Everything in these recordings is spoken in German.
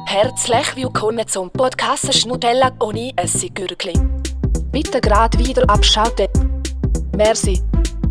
Herzlich willkommen zum Podcast Schnutella ohne Essiggürkli. Bitte gerade wieder abschalten. Merci.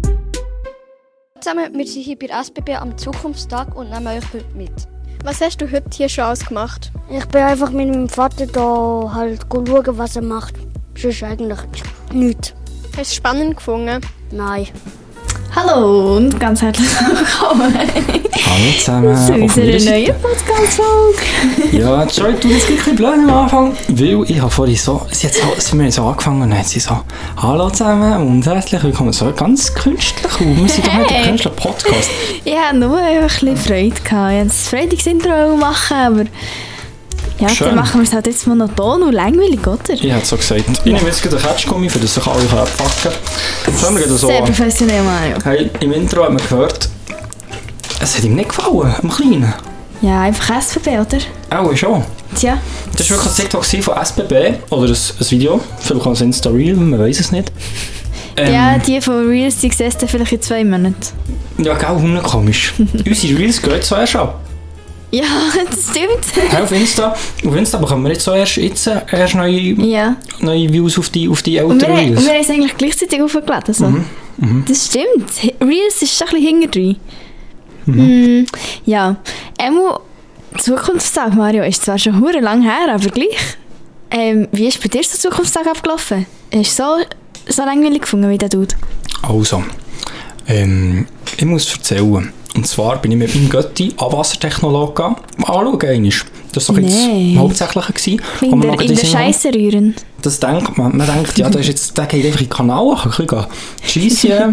Zusammen, wir sind hier bei der SBB am Zukunftstag und nehmen euch heute mit. Was hast du heute hier schon ausgemacht? Ich bin einfach mit meinem Vater da halt schauen, was er macht. Sonst eigentlich nichts. Hast du es spannend gefunden? Nein. Hallo und ganz herzlich willkommen. Hallo zusammen. Zu unserer neuen Podcast-Folge. Ja, sorry, du bist ein bisschen blöd am Anfang, weil ich habe vorhin so, sind wir so angefangen und dann hat sie so, hallo zusammen und herzlich willkommen. So ganz künstlich und wir sind doch nicht ein künstlicher Podcast. Ich hatte nur einfach ein bisschen Freude gehabt. Ich wollte das Freitagsintro machen, aber ja, Schön. dann machen wir es halt jetzt monoton und langweilig, oder? Ich hätte so gesagt, ich nehme jetzt gerade einen Catchgummi, für das sich alle abpacken können. Fangen wir so Sehr an. professionell, Mario. Hey, im Intro hat man gehört, es hat ihm nicht gefallen, am Kleinen. Ja, einfach SVP, oder? Auch schon. Tja. Das war wirklich ein TikTok von SBB, oder ein Video, vielleicht auch ein Insta-Reel, man weiß es nicht. Ja, die von Reels, die siehst du vielleicht in 2 Monaten. Ja, genau, komisch. Unsere Reels gehen so erst ab. Ja, das stimmt. Auf Insta bekommen wir jetzt so erst neue Views auf die älteren und wir Reels. haben es eigentlich gleichzeitig aufgeladen. So. Das stimmt. Reels ist ein bisschen hinterdrein. Ja. Zukunftstag, Mario, ist zwar schon hure lang her, aber gleich. Wie ist bei dir der Zukunftstag abgelaufen? Hast du so langweilig gefunden wie der Dude? Also, ich muss erzählen. Und zwar bin ich mit meinem Götti Abwassertechnolog anschauen. Das war doch jetzt Hauptsächliche. In der Scheisse rühren. Das denkt man. Man denkt, ja, der geht einfach in den Kanal, ein bisschen schiessen,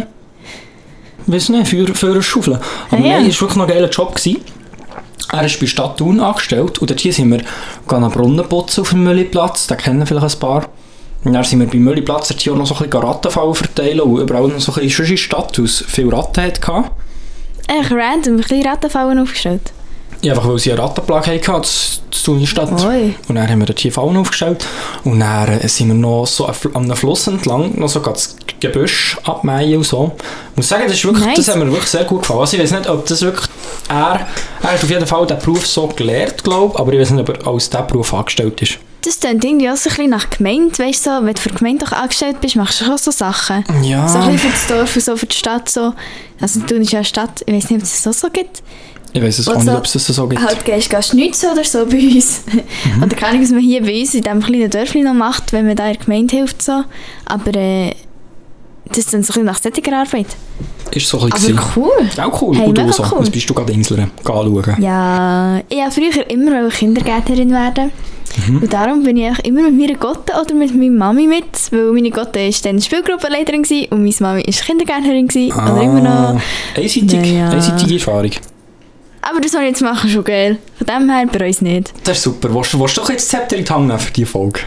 weiss nicht, für schaufeln. Aber nein, es war wirklich noch ein geiler Job gewesen. Er ist bei Stadt Thun angestellt und dort hier sind wir einen Brunnen putzen auf dem Mülliplatz, den kennen vielleicht ein paar. Und dann sind wir beim Mülliplatz hier auch noch so ein bisschen Rattenfallen verteilen und überall noch so ein bisschen in der Stadt, weil es viele Ratten hatte. Echt random, ein bisschen Rattenfallen aufgestellt? Ja, einfach weil sie eine Rattenplage hatten, das tun in der Stadt. Oi. Und dann haben wir dort hier Fallen aufgestellt. Und dann sind wir noch so an einem Fluss entlang, noch so das Gebüsch abmähen und so. Ich muss sagen, das hat mir wirklich sehr gut gefallen. Also ich weiß nicht, ob das wirklich... Er hat auf jeden Fall den Beruf so gelernt, glaube ich, aber ich weiß nicht, ob er als diesen Beruf angestellt ist. Das klingt irgendwie auch so ein bisschen nach Gemeinde, weißt du, so, wenn du für die Gemeinde angestellt bist, machst du auch so Sachen. Ja. So ein bisschen für das Dorf und so für die Stadt. So. Also du bist ja eine Stadt, ich weiß nicht, ob es das so gibt. Ich weiss es auch nicht, ob es das so gibt. Halt gehst schnitzen oder so bei uns. Oder keine Ahnung, was man hier bei uns in diesem kleinen Dörfchen noch macht, wenn man da in der Gemeinde hilft. So. Aber das ist dann so ein bisschen nach solcher Arbeit. Ist so ein bisschen. Aber cool. Auch cool. Hey, und du so. Cool. Jetzt bist du gerade Inseln anschauen. Ja, ich wollte früher immer Kindergärtnerin werden. Und darum bin ich immer mit meiner Gotte oder mit meiner Mami mit, weil meine Gotte war dann Spielgruppenleiterin und meine Mami war Kindergärtnerin oder immer noch. Einseitige Erfahrung. Aber das, was ich jetzt mache, ist schon geil. Von dem her bei uns nicht. Das ist super. Willst du doch jetzt das Zepter in die Hand nehmen für diese Folge?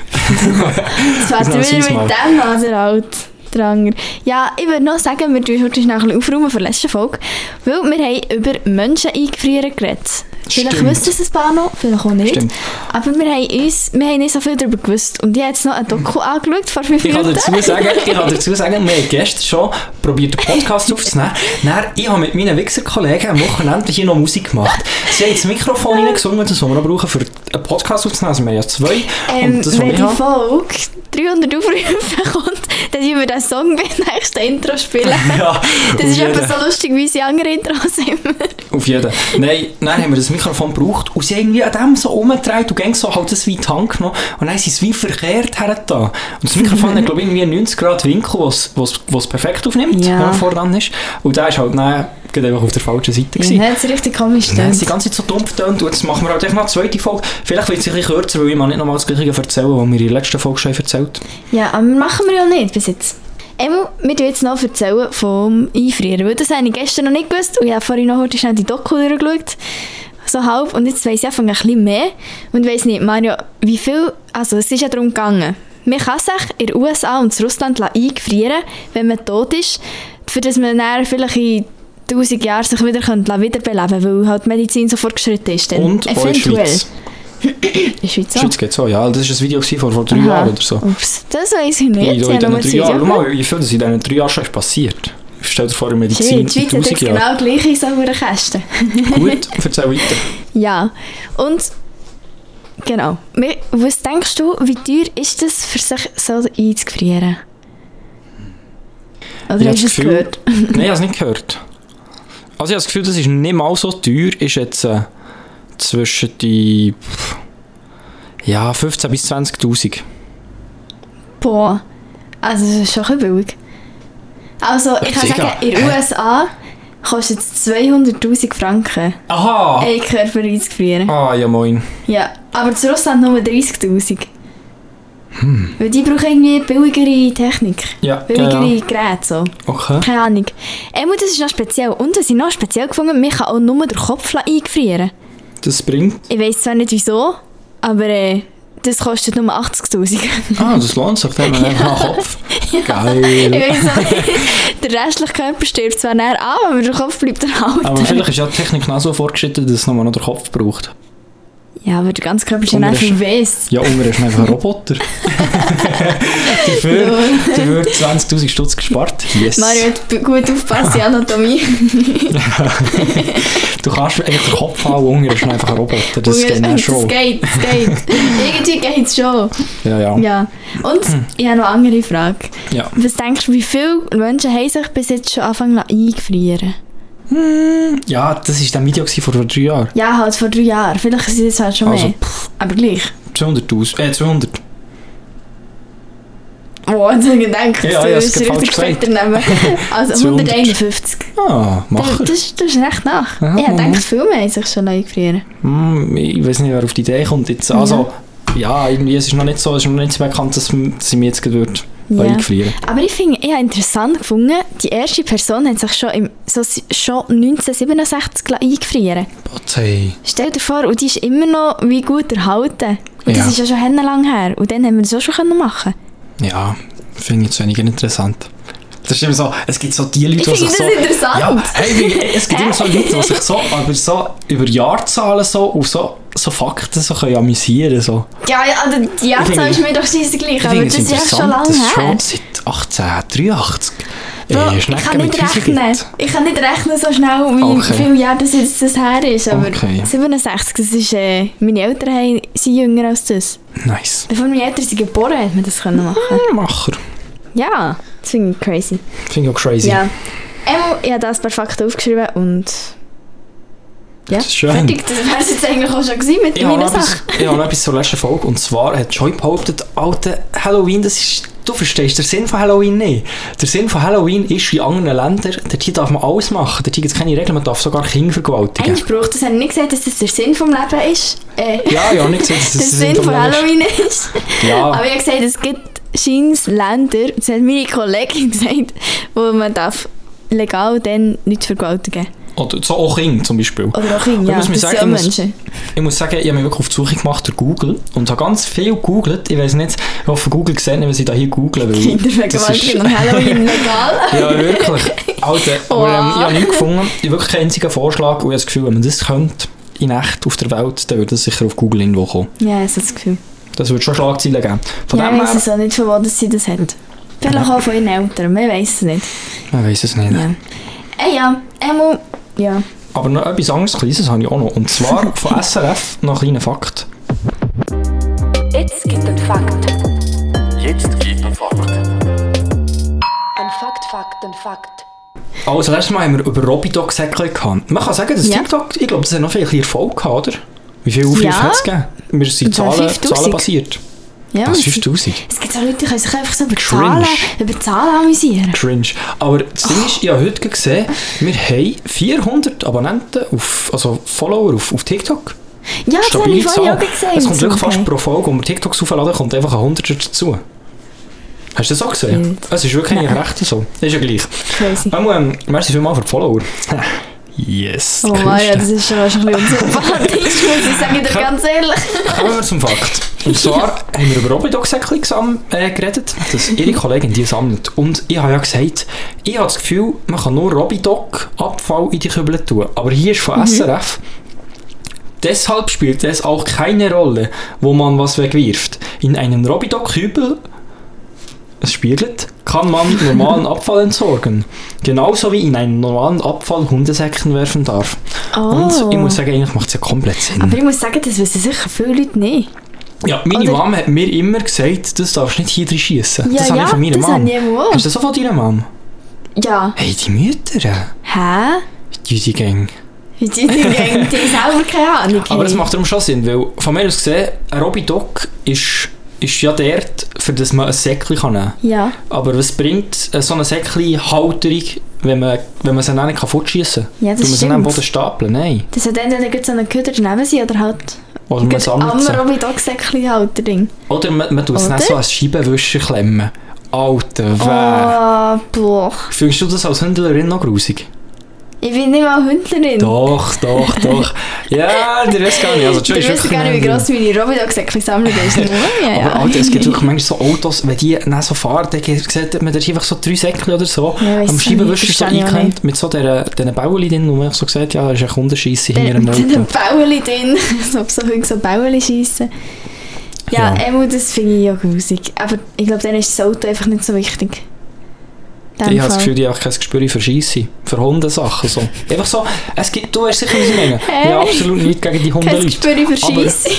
Das wärst du wieder mit dem Haser Dranger. Ja, ich würde noch sagen, wir tun heute noch ein bisschen aufräumen für die letzte Folge, weil wir haben über Menschen eingefrieren geredet. Vielleicht wissen es ein paar noch, vielleicht auch nicht. Stimmt. Aber wir haben nicht so viel darüber gewusst. Und ich habe jetzt noch ein Doku angeschaut vor 5 Minuten. Ich kann dazu sagen, wir haben gestern schon probiert, den Podcast aufzunehmen. Ich habe mit meinen Wichser-Kollegen am Wochenende hier noch Musik gemacht. Sie haben das Mikrofon reingesungen, das wir brauchen, für einen Podcast aufzunehmen. Also wir haben ja 2. Und das, wenn die Folge 300 Aufrufe kommt, dann müssen wir diesen Song beim nächsten Intro spielen. Ja, das ist etwas so lustig, wie unsere anderen Intros immer. Auf jeden. Nein, dann haben wir das Mikrofon gebraucht und sie irgendwie an dem so umgedreht und ging so halt das wie in die Hand genommen und dann sind sie wie verkehrt hergetan. Und das Mikrofon hat, glaube ich, irgendwie einen 90 Grad Winkel, was perfekt aufnimmt, wenn man voran ist. Und der ist halt einfach auf der falschen Seite gewesen. Ja, das ist richtig komisch. Dann ist die ganze Zeit so dumpf getönt und jetzt machen wir halt einfach noch eine zweite Folge. Vielleicht wird es ein bisschen kürzer, weil ich mal nicht nochmal das Gleiche erzählen, was wir in der letzten Folge schon erzählt. Ja, aber machen wir ja nicht bis jetzt. Wir tun jetzt noch erzählen vom Einfrieren, weil das habe ich gestern noch nicht gewusst und ich habe vorhin noch heute schnell die Doku durchgeschaut, so halb, und jetzt weiss ich einfach ein bisschen mehr und weiss nicht, Mario, wie viel, also es ist ja darum gegangen, man kann sich in den USA und in Russland eingefrieren, wenn man tot ist, für dass man dann vielleicht in 1000 Jahren sich wieder wiederbeleben könnte, weil halt die Medizin so fortgeschritten ist. Und auch in der Schweiz. In der Schweiz auch? Schweiz geht so, ja. Das war ein Video vor 3 Jahren oder so. Ups, das weiss ich nicht. In diesen 3 Jahren, schau mal, wie viel das in diesen 3 Jahren schon ist passiert. Stell dir vor, in Medizin die Schweiz hat jetzt genau gleich in so einer Käste. Gut, erzähl weiter. Ja, und Genau. Was denkst du, wie teuer ist das, für sich so einzufrieren? Oder hast du es gehört? Nein, ich habe es nicht gehört. Also ich habe das Gefühl, das ist nicht mal so teuer, ist jetzt zwischen die 15.000 bis 20.000. Boah, also das ist schon ein bisschen billig. Also ich kann sagen, in den USA kostet es 200'000 Franken. Aha! Einen Körper einzufrieren. Ah, ja moin. Ja, aber zu Russland nur 30'000. Weil die brauchen irgendwie billigere Technik. Ja, billigere Geräte. So. Okay. Keine Ahnung. Das ist noch speziell. Und was ich noch speziell gefunden, man kann auch nur den Kopf eingefrieren. Das bringt? Ich weiss zwar nicht wieso, aber das kostet nur 80'000. Ah, das lohnt sich dann einfach am Kopf. Ja. Geil. Ich weiss auch nicht. Der restliche Körper stirbt zwar näher an, aber der Kopf bleibt erhalten. Aber vielleicht ist ja die Technik noch so fortgeschritten, dass es nochmal noch den Kopf braucht. Ja, aber der ganze Körper ist ja nicht verwest. Ja, Unger ist einfach ein Roboter. Dafür wird 20'000 Stutz gespart. Yes. Mario hat gut aufgepasst, die Anatomie. Du kannst eigentlich den Kopf haben, Unger ist einfach ein Roboter. Das geht auch schon. Das geht. Irgendwie geht es schon. Ja. Und ich habe noch eine andere Frage. Ja. Was denkst du, wie viele Menschen haben sich bis jetzt schon angefangen eingefrieren? Ja, das war das Video vor 3 Jahren. Ja, halt vor 3 Jahren. Vielleicht sind es halt schon mehr. Aber gleich. 200. Oh, jetzt habe ich gedacht, ja, du bist richtig später nehmen. Also 151. Ah, Macher. Das ist recht nach. Ja, ich denke, viele mehr haben sich schon eingefrieren. Ich weiß nicht, wer auf die Idee kommt jetzt. Also, ja, irgendwie, es ist noch nicht so bekannt, dass sie mir jetzt einfrieren. Aber ich finde, ich habe interessant gefunden, die erste Person hat sich schon 1967 eingefrieren. Hey. Stell dir vor, und die ist immer noch wie gut erhalten. Und das ist ja schon lang her. Und dann haben wir das auch schon machen können. Ja, finde ich jetzt weniger interessant. Das ist immer so, es gibt so die Leute, die sich so... interessant. Ja, hey, es gibt immer so Leute, die sich so über Jahrzahlen und so Fakten so können amüsieren so. Ja, die Jahrzahl ist mir doch gleich, aber das ist ja schon lange her. Das ist schon seit 1883. Bro, ich kann nicht rechnen so schnell, wie viele Jahre das her ist, aber 67, das ist, meine Eltern sind jünger als das. Nice. Bevor meine Eltern sind geboren, hätte man das machen können. Macher. Ja, das finde ich crazy. Finde ich auch crazy. Ja. Ich habe das per Fakten aufgeschrieben und... Ja, das ist schön. Fertig. Das wäre es jetzt eigentlich auch schon gewesen mit meiner Sache. Ich habe noch etwas zur letzten Folge. Und zwar hat Joy behauptet, Alter, Halloween, das ist... Du verstehst den Sinn von Halloween nicht. Der Sinn von Halloween ist, wie in anderen Ländern, dort darf man alles machen. Dort gibt es keine Regeln, man darf sogar Kinder vergewaltigen. Einspruch, das habe ich nicht gesagt, dass das der Sinn vom Leben ist. Ja, nicht gesagt, dass das der Sinn von Halloween ist. Ja. Aber ich habe gesagt, es gibt scheint Länder, das hat meine Kollegin gesagt, wo man darf legal dann nicht vergewaltigen. Oder so auch Kinder zum Beispiel. Oder auch Kinder, ja, das sind auch Menschen. Ich muss sagen, ich habe mich wirklich auf die Suche gemacht durch Google und habe ganz viel gegoogelt. Ich weiss nicht, ich hoffe, Google sieht nicht, was ich da hier google. Kindervergewaltigung und Halloween legal. Ja, wirklich. Alter, aber ich habe nichts gefunden. Ich habe wirklich keinen einzigen Vorschlag und ich habe das Gefühl, wenn man das könnte, in echt auf der Welt, dann würde das sicher auf Google irgendwo kommen. Ja, ich habe das Gefühl. Das würde schon Schlagzeilen geben. Von dem her... Ich weiss auch nicht, von wo sie das hat. Vielleicht auch von ihren Eltern, man weiss es nicht. Man weiss es nicht. Ja. Ja. Aber noch etwas anderes Kleines habe ich auch noch. Und zwar von SRF noch ein kleiner Fakt. Jetzt gibt ein Fakt. Ein Fakt. Also, letztes Mal haben wir über Robidoc-Säckchen gehabt. Man kann sagen, dass TikTok, ich glaube, das hat noch viel Erfolg gehabt, oder? Wie viel Aufrufe hat es gegeben? Wir sind zahlenbasiert. Ja, das 5000. Es gibt auch Leute, die können sich einfach so über Zahlen amüsieren. Cringe. Aber das Ding ist, ich habe heute gesehen, wir haben 400 Abonnenten, also Follower auf TikTok. Ja, das habe ich vorhin auch gesehen. Es kommt wirklich fast pro Folge, wo wir TikToks aufladen, kommt einfach ein 100er dazu. Hast du das auch gesehen? Es ist wirklich nicht recht so. Das ist ja gleich. Crazy. Merci vielmals für die Follower. Yes. Oh Maria, das ist schon ein bisschen unsympathisch, muss ich sagen, dir ganz ehrlich. Kommen wir zum Fakt. Und zwar haben wir über Robidoc-Säckchen geredet, dass ihre Kollegin die sammelt. Und ich habe ja gesagt, ich habe das Gefühl, man kann nur Robidoc-Abfall in die Kübel tun. Aber hier ist von SRF. Deshalb spielt es auch keine Rolle, wo man was wegwirft. In einen Robidoc-Kübel, es spiegelt, kann man normalen Abfall entsorgen. Genauso wie in einen normalen Abfall Hundesäcken werfen darf. Oh. Und ich muss sagen, eigentlich macht es ja komplett Sinn. Aber ich muss sagen, das wissen sicher viele Leute nicht. Ja, meine Mom hat mir immer gesagt, das darfst du nicht hier drin schiessen. Ja, das habe ich von meiner das Mom. habe ich auch. Hast du das auch von deiner Mom? Ja. Hey, die Mütter. Hä? Die Gang. Die selber keine Ahnung. Aber das macht darum schon Sinn, weil von mir aus gesehen, ein Robidog ist ja dort, für das man ein Säckchen nehmen kann. Ja. Aber was bringt so eine Säckchen-Halterung, wenn man sie dann nicht fortschiessen kann? Ja, das Wenn man sie stimmt. dann am Boden stapeln? Nein. Das hat entweder so einen Köder daneben sein oder halt Oder man sammelt sie. ein Robidog-Säckchen-Halter-Ding. Oder man tut es Oder? dann so als Scheibenwischer klemmen. Alter, Oh, boah. Findest du das als Hündlerin noch grusig? Ich bin nicht mal Hündlerin. Doch. Ja, der weiß gar nicht. Also, Ich weiß gar nicht, wie gross meine Robidog-Säckchen-Sammlung ist. Aber Alter, es gibt wirklich manchmal so Autos, wenn die dann so fahren, dann sieht man da einfach so 3 Säckchen oder so Ja, weiss am ich Scheibenwischer nicht, so verstehe ich auch eingeklemmt, mit so diesen Bauli drin, wo man so gesagt ja, da ist ein Kundenscheisse hinter dem Mit einem Auto. Bauli drin. so Bauli schiessen. Ja, das finde ich auch grusig. Aber ich glaube, dann ist das Auto einfach nicht so wichtig. Ich habe das Gefühl, die haben kein Gespür für Scheisse, für Hundesachen. So. Einfach so, es gibt, du weißt sicher, was ich meine. Hey. Ja, absolut nichts gegen die Hundeleute. Kein Gespür für Scheisse.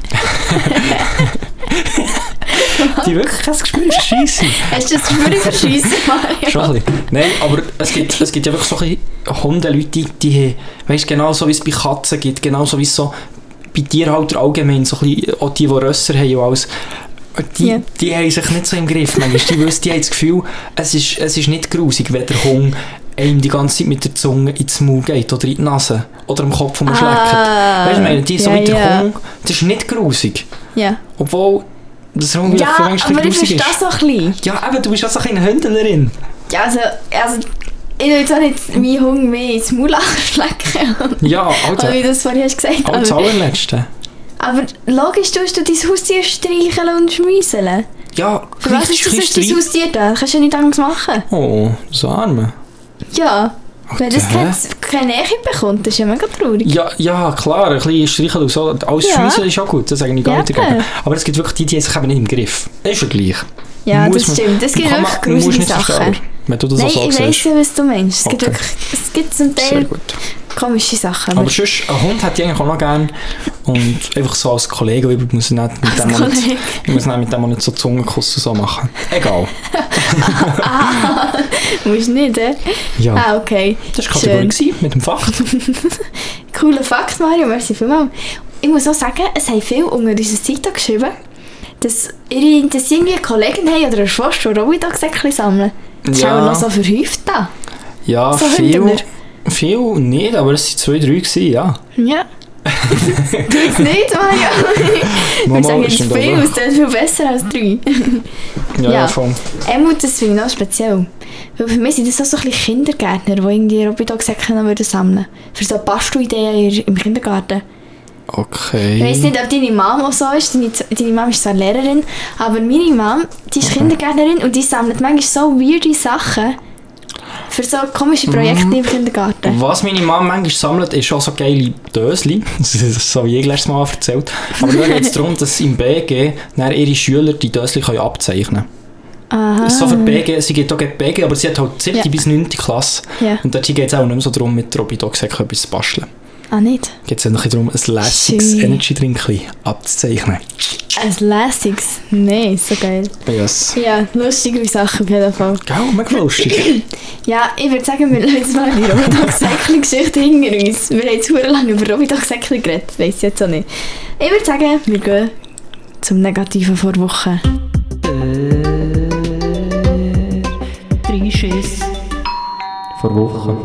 Die wirklich kein Gespür für Scheisse. Hast du das Gespür für Scheisse, Mario? Schon ein bisschen. Nein, aber es gibt ja wirklich solche Hundeleute, die weißt, genauso wie es bei Katzen gibt, genauso wie es so bei Tierhaltern allgemein, so ein bisschen, auch die Rösser haben und alles, die haben sich nicht so im Griff. Manchmal, die haben das Gefühl, es ist nicht grusig, wenn der Hund einem die ganze Zeit mit der Zunge ins Maul geht oder in die Nase oder am Kopf schleckt. Weißt du, ich meine, die so mit der Hund, das ist nicht grusig. Ja. Obwohl das irgendwie Ja, aber ich verstehe das so ein bisschen. Ja, aber du bist auch so eine Hündlerin. Ja, also ich will jetzt auch nicht meinen Hund mehr ins Maul schlecken. Ja, Alter. Oder wie du das vorhin hast gesagt. Als allerletzte. Aber logisch tust du dein Haustier streicheln und schmüsseln. Ja, Für was ist das sonst dein Haustier da? Kannst du ja nicht anders machen. Oh, das Arme. Ja. Wenn das Okay. keine Nähe bekommt, das ist ja mega traurig. Ja, klar, ein bisschen streicheln und so. Alles Ja. Schmüsseln ist auch gut, das sage ich gar nicht Ja, dagegen. klar. Aber es gibt wirklich die haben sich eben nicht im Griff. Das ist ja gleich. Ja, Muss das man- stimmt. Es gibt kann wirklich man- musst gruselige nicht Sachen. verstehen, wenn du das Nein, auch so ich siehst. weiss ja, was du meinst. Es gibt, Okay. wirklich, es gibt zum Sehr Teil gut. komische Sachen. Aber sonst, einen Hund hätte ich eigentlich auch noch gerne. Und einfach so als Kollege, ich muss nicht mit dem auch nicht, ich muss nicht mit dem auch nicht so Zungenkuss und so machen. Egal. Musst nicht, Ja. Ah, okay. Das war Kategorie gewesen, mit dem Fakt. Cooler Fakt, Mario, merci vielmals. Ich muss auch sagen, es haben viele unter unserer Seite geschrieben, dass sie irgendwie Kollegen haben oder eine Schwester, die Robidog-Säckchen sammeln. Das ist Ja. auch noch so verhäuft da. Ja, So viel nicht, aber es waren 2, 3 gewesen, ja. Ja. Du jetzt nicht, Mario. Wir Mama, sagen ist jetzt nicht viel, aber- es ist viel besser als 3. Ja, Ja. voll. Das finde ich auch speziell. Weil für mich sind das auch so ein bisschen Kindergärtner, die irgendwie Robidog-Säckchen noch sammeln würden. Für so Bastelideen im Kindergarten. Okay. Ich weiss nicht, ob deine Mom auch so ist. Deine Mom ist zwar Lehrerin, aber meine Mom, die ist Kindergärtnerin und die sammelt manchmal so weirde Sachen für so komische Projekte im Kindergarten. Was meine Mama manchmal sammelt, ist auch so geile Dösli. Das ist so wie ich letztes Mal erzählt. Aber da geht es darum, dass im BG dann ihre Schüler die Dösli abzeichnen können. Aha. So für BG, sie geht auch gegen BG, aber sie hat halt 7. Ja. bis 9. Klasse. Ja. Und dort geht es auch nicht mehr so darum, mit Robidog-Säcken etwas zu basteln. Ah, nicht? Geht es noch darum, ein lässiges Schön. Energy-Drink abzuzeichnen. Ein lässiges. Nein, so geil. Yes. Ja, lustige Sachen auf jeden Fall. Gell, mega lustig. Ja, ich würde sagen, wir lassen jetzt mal die Robidog-Säckchen-Geschichte hinter uns. Wir haben jetzt sehr lange über Robidog-Säckchen geredet. Weiss ich jetzt auch nicht. Ich würde sagen, wir gehen zum Negativen vor Woche. 3 Schiss. Vor Wochen.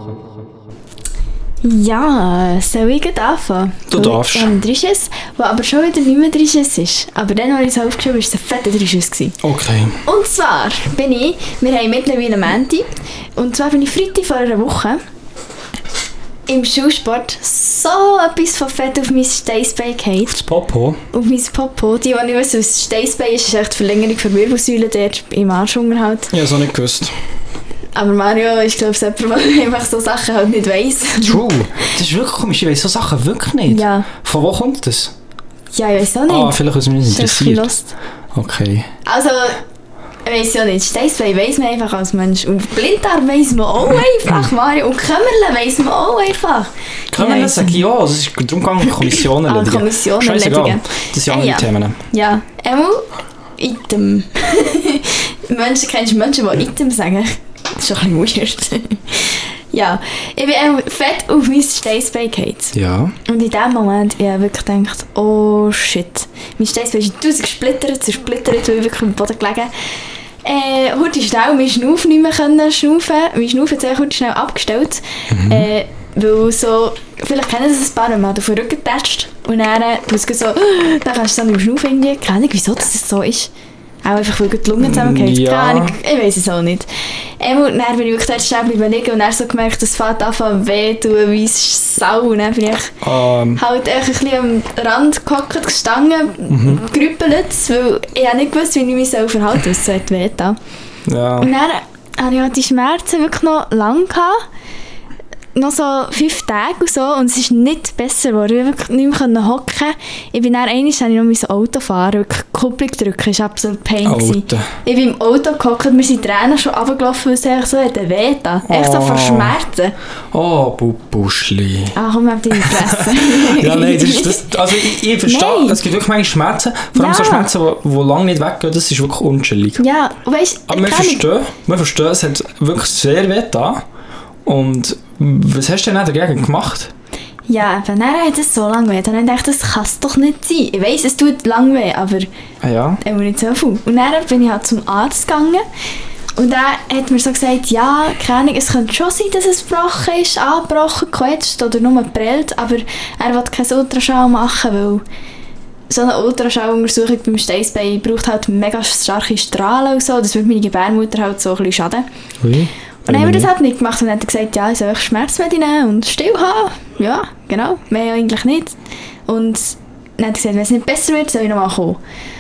Ja, soll ich gleich anfangen? Du darfst. Ich habe einen Drisches, der aber schon wieder nicht mehr Drisches ist. Aber dann, als ich es aufgeschrieben habe, war es ein fetter Drisches. Okay. Und zwar wir haben mittlerweile Menti, und zwar bin ich Freitag vor einer Woche im Schulsport so etwas von Fett auf mein Steißbein gefallen. Das Popo. Auf mein Popo. Die nicht wissen, was Steißbein ist, ist echt die Verlängerung der Wirbelsäule dort im Arschunterhalt. Ich habe es auch nicht gewusst. Aber Mario ist, glaube ich, jemand, der einfach so Sachen halt nicht weiss. True. Das ist wirklich komisch. Ich weiss so Sachen wirklich nicht. Ja. Von wo kommt das? Ja, ich weiß auch nicht. Ah, vielleicht, was mich nicht Das ist ein bisschen interessiert. lost. Okay. Also, Ich weiss ja nicht, Steinsbein weiss man einfach als Mensch. Und Blinddarm weiss man auch einfach, Mario. Und Kämmerle weiss man auch einfach. Kämmerle sage ich ja, es ist darum gegangen, Kommissionen erledigen. Kommissionen erledigen. Das sind andere Themen. Ja, Item. Kennst du Menschen, die Item sagen? Das ist schon ein bisschen weird. Ja, ich bin fett auf mein Steinsbein gefallen. Ja. Und in dem Moment habe ich wirklich gedacht, oh shit. Mein Steinsbein ist 1000 zersplittert, weil ich wirklich am Boden gelegen. Heute schnell mein Schnauf nicht mehr schnaufen. Mein Schnauf hat sich heute schnell abgestellt. Weil so, vielleicht kennen das ein paar, wenn man auf den Rücken tätscht. Und dann tust du so, dann kannst du dann im Schnauf irgendwie, keine Ahnung, wieso das so ist. Auch einfach, weil die Lungen zusammengehen. Ja. Ich weiss es auch nicht. Und dann bin ich wirklich dort schnell überlegen und dann so gemerkt, dass es anfängt weh tun wie Sau. Und dann bin ich halt ein bisschen am Rand gehockt, gestanden, gerüppelt, weil ich nicht gewusst, wie ich mich verhalten soll, es so weh da. Ja. Und dann hatte ich halt die Schmerzen wirklich noch lang gehabt. Noch so 5 Tage und so, und es ist nicht besser geworden. Ich konnte wirklich nicht mehr hocken. Ich bin dann einmal noch mein Auto fahren, wirklich Kupplung drücken, das war absolut Pain. Ich bin im Auto gehockt, mir sind Tränen schon runtergelaufen, weil es eigentlich so weh tat. Echt so von Schmerzen. Oh, Buschli. Komm, hab deine Fresse. Ja, nein, also ich verstehe, es gibt wirklich manchmal Schmerzen, vor allem so Schmerzen, die lange nicht weggehen, das ist wirklich unchillig. Ja, weißt du, aber wir verstehen, es hat wirklich sehr weh getan. Und was hast du denn dagegen gemacht? Ja, dann hat es so lange weh. Dann habe ich gedacht, das kann es doch nicht sein. Ich weiss, es tut lang weh, aber nicht so viel. Und dann bin ich halt zum Arzt gegangen. Und dann hat mir so gesagt, ja, keine Ahnung, es könnte schon sein, dass es gebrochen ist, angebrochen, gequetscht oder nur geprellt. Aber er will keinen Ultraschall machen, weil so eine Ultraschalluntersuchung beim Steinsbein braucht halt mega starke Strahlen und so. Das würde meine Gebärmutter halt so ein bisschen schaden. Ui. Und dann haben wir das halt nicht gemacht und dann hat er gesagt, ja, ich soll Schmerzmittel nehmen und still haben. Ja, genau, mehr eigentlich nicht. Und dann hat er gesagt, wenn es nicht besser wird, soll ich nochmal kommen.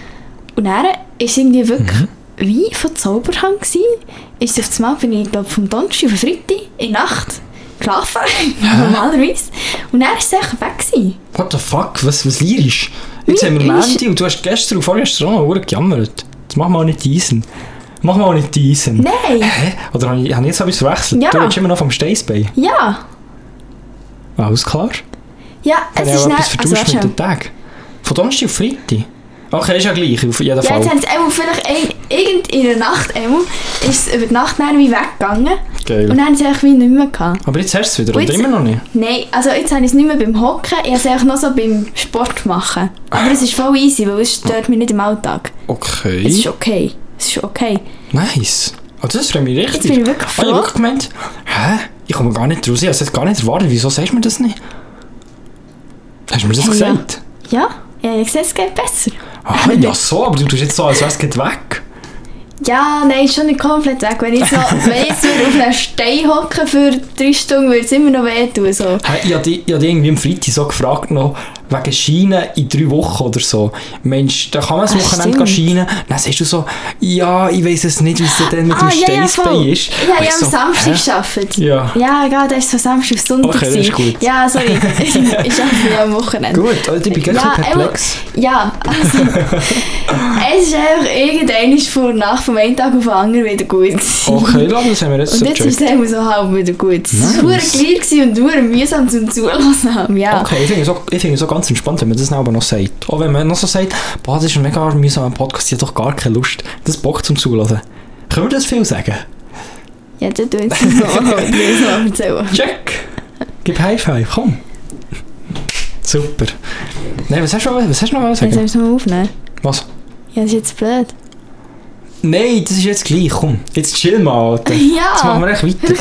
Und dann war es irgendwie wirklich wie von Zauberhand gewesen. Ist auf das Mal, bin ich glaube vom Donnerstag auf Freitag in der Nacht geschlafen, normalerweise. Und dann war es einfach weg gewesen. What the fuck, was lierst du? Jetzt haben wir Mandy und du hast gestern und vorgestern auch noch gejammert. Das machen wir auch nicht eisen. Mach mal nicht die Eisen. Nein. Hä? Oder habe ich jetzt etwas verwechselt? Ja. Du redest immer noch vom Steinsbein. Ja. Alles klar. Ja, es ist etwas vertauscht mit den Tagen. Von Donnerstag auf Freitag. Okay, ist ja gleich, auf jeden Fall. Ja, jetzt haben sie vielleicht in der Nacht ist es über die Nacht wie weggegangen. Geil. Und dann haben sie es wie nicht mehr gehabt. Aber jetzt hast du es wieder, oder immer noch nicht? Nein, also jetzt habe ich es nicht mehr beim Hocken, ich habe es eigentlich noch so beim Sport machen. Aber es ist voll easy, weil es stört mich nicht im Alltag. Okay. Es ist okay. Nice. Also das freut mich richtig. Jetzt bin ich wirklich froh. Ich habe wirklich gemeint, ich komme gar nicht raus, ich habe es gar nicht erwartet. Wieso sagst du mir das nicht? Hast du mir das gesagt? Ja, ich habe gesagt, es geht besser. Ja so, aber du tust jetzt so, als wäre es geht weg. Ja, nein, ist schon nicht komplett weg. Wenn ich jetzt wieder auf einen Stein hocke für 3 Stunden, würde es immer noch wehtun. So. Ich habe dich irgendwie am Freitag so gefragt, noch wegen Schienen in 3 Wochen oder so. Mensch, da kann man das Wochenende Schienen. Dann sagst du so, ja, ich weiss es nicht, wie es denn mit dem Steinsbein ist. Ja, ich habe am Samstag gearbeitet. Ja, egal, das ist von Samstag auf Sonntag. Okay, das ist gut. Ja, sorry, ich arbeite ja am Wochenende. Gut, also ich bin gleich perplex. Ja, also, es ist einfach irgendwann von Nacht vom einen Tag auf den anderen wieder gut. Okay, das haben wir jetzt so und jetzt ist es immer so halb wieder gut. Es war klein und sehr mühsam zum Zulassen. Ja. Okay, ich finde es so ganz entspannt, wenn man das aber noch sagt. Auch wenn man noch so sagt, boah, das ist ein mega mühsamer Podcast, ich habe doch gar keine Lust. Das Bock zum Zulassen. Können wir das viel sagen? Ja, das tut es so erzählen. Check! Gib High Five, komm! Super. Nein, was hast du noch sagen? Soll ich es mal aufnehmen? Was? Ja, das ist jetzt blöd. Nein, das ist jetzt gleich, komm. Jetzt chill mal, Alter. Ja! Jetzt machen wir echt weiter.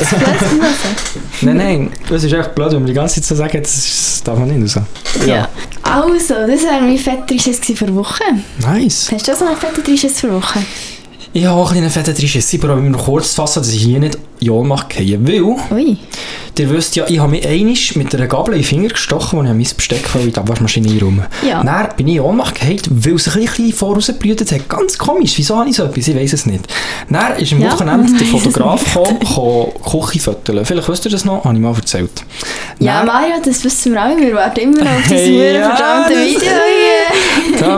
Nein, das ist echt blöd, wenn wir die ganze Zeit so sagen, das darf man nicht raus. Ja. Also, das war mein Fettrisches für die Woche. Nice. Hast du auch so einen Fettrisches für die Woche? Ich habe auch ein bisschen Fettrisches. Ich probiere mich noch kurz zu fassen, dass ich hier nicht in Ohnmacht gehe. Weil, ihr wisst ja, ich habe mich einmal mit einer Gabel in den Finger gestochen, als ich mein Besteck in die Abwaschmaschine einräume. Ja. Dann bin ich in Ohnmacht gefallen, weil es ein bisschen vorausgeblüht hat. Ganz komisch, wieso habe ich so etwas? Ich weiss es nicht. Dann ist am Wochenende der Fotograf gekommen, Küche fotografieren. Vielleicht wisst ihr das noch, habe ich mal erzählt. Ja, Mario, das wissen wir auch. Wir warten immer noch auf dieses verdammte Video hier.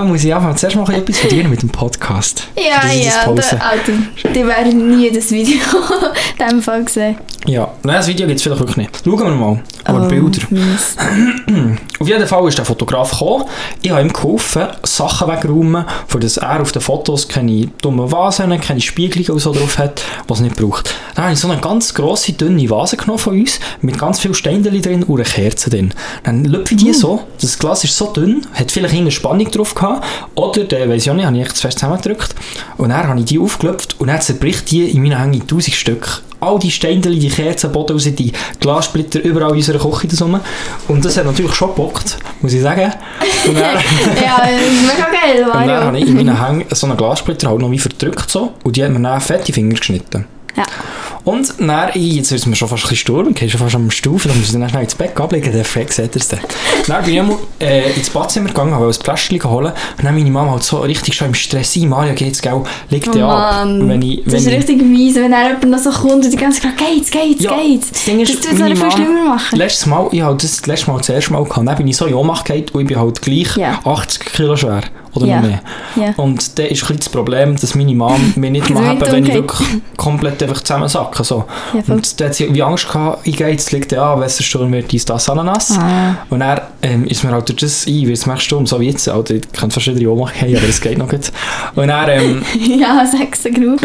muss ich anfangen. Zuerst mal etwas verdienen mit dem Podcast. Ja, Alter, die werden nie das Video in diesem Fall gesehen. Ja, nein, das Video gibt es vielleicht wirklich nicht. Schauen wir mal. Aber Bilder. Nice. Auf jeden Fall ist der Fotograf gekommen. Ich habe ihm geholfen, Sachen wegräumen, für das er auf den Fotos keine dummen Vasen, keine Spiegelungen und so drauf hat, was er nicht braucht. Dann habe ich so eine ganz grosse, dünne Vase genommen von uns, mit ganz vielen Steinen drin und einer Kerze drin. Dann lüpfe ich die so, das Glas ist so dünn, hat vielleicht eine Spannung drauf gehabt, oder, der weiss ich auch nicht, habe ich echt zu fest zusammengedrückt. Und dann habe ich die aufgelöpft und dann zerbricht die in meinen Hängen 1000 Stück. All die Steine, die Kerzen, Boden raus, die Glassplitter überall in unserer Küche zusammen. Und das hat natürlich schon gebockt, muss ich sagen. Und dann, ja, das ist mega geil, Mario. Und dann habe ich in meinen Hängen so einen Glassplitter halt noch wie verdrückt so, und die hat mir dann fette Finger geschnitten. Ja. Und dann, jetzt wird es mir schon fast ein bisschen Sturm, ich gehe schon fast am Stufen, dann muss ich dann schnell ins Bett ablegen, der Fred sieht es dann. Dann bin ich einmal ins Badzimmer gegangen, habe ein Pläschchen holen und dann meine Mama halt so richtig schon im Stress ein, Mario geht's, gell, liegt der an. Das ist richtig mies, wenn dann jemand noch so kommt und die ganze Zeit geht's. Das Ding ist, das tut es viel schlimmer machen. Letztes Mal, ich habe das letzte Mal das erste Mal gehabt, dann bin ich so in Ohnmacht gefallen und ich bin halt gleich 80 Kilo schwer. Oder noch mehr. Ja. Und dann ist ein bisschen das Problem, dass meine Mom mir nicht mal haben, wenn ich wirklich komplett einfach zusammensacke. So. Ja, und dann hat sie wie Angst gehabt, ich gehe, jetzt liegt der an, wenn es ein Sturm wird, das Ananas. Und dann ist mir halt durch das wie es nächste Sturm, so wie jetzt, also ich kann fast wieder Ohnmacht haben, aber das geht noch gut. Und dann... ja, sag's dir genug.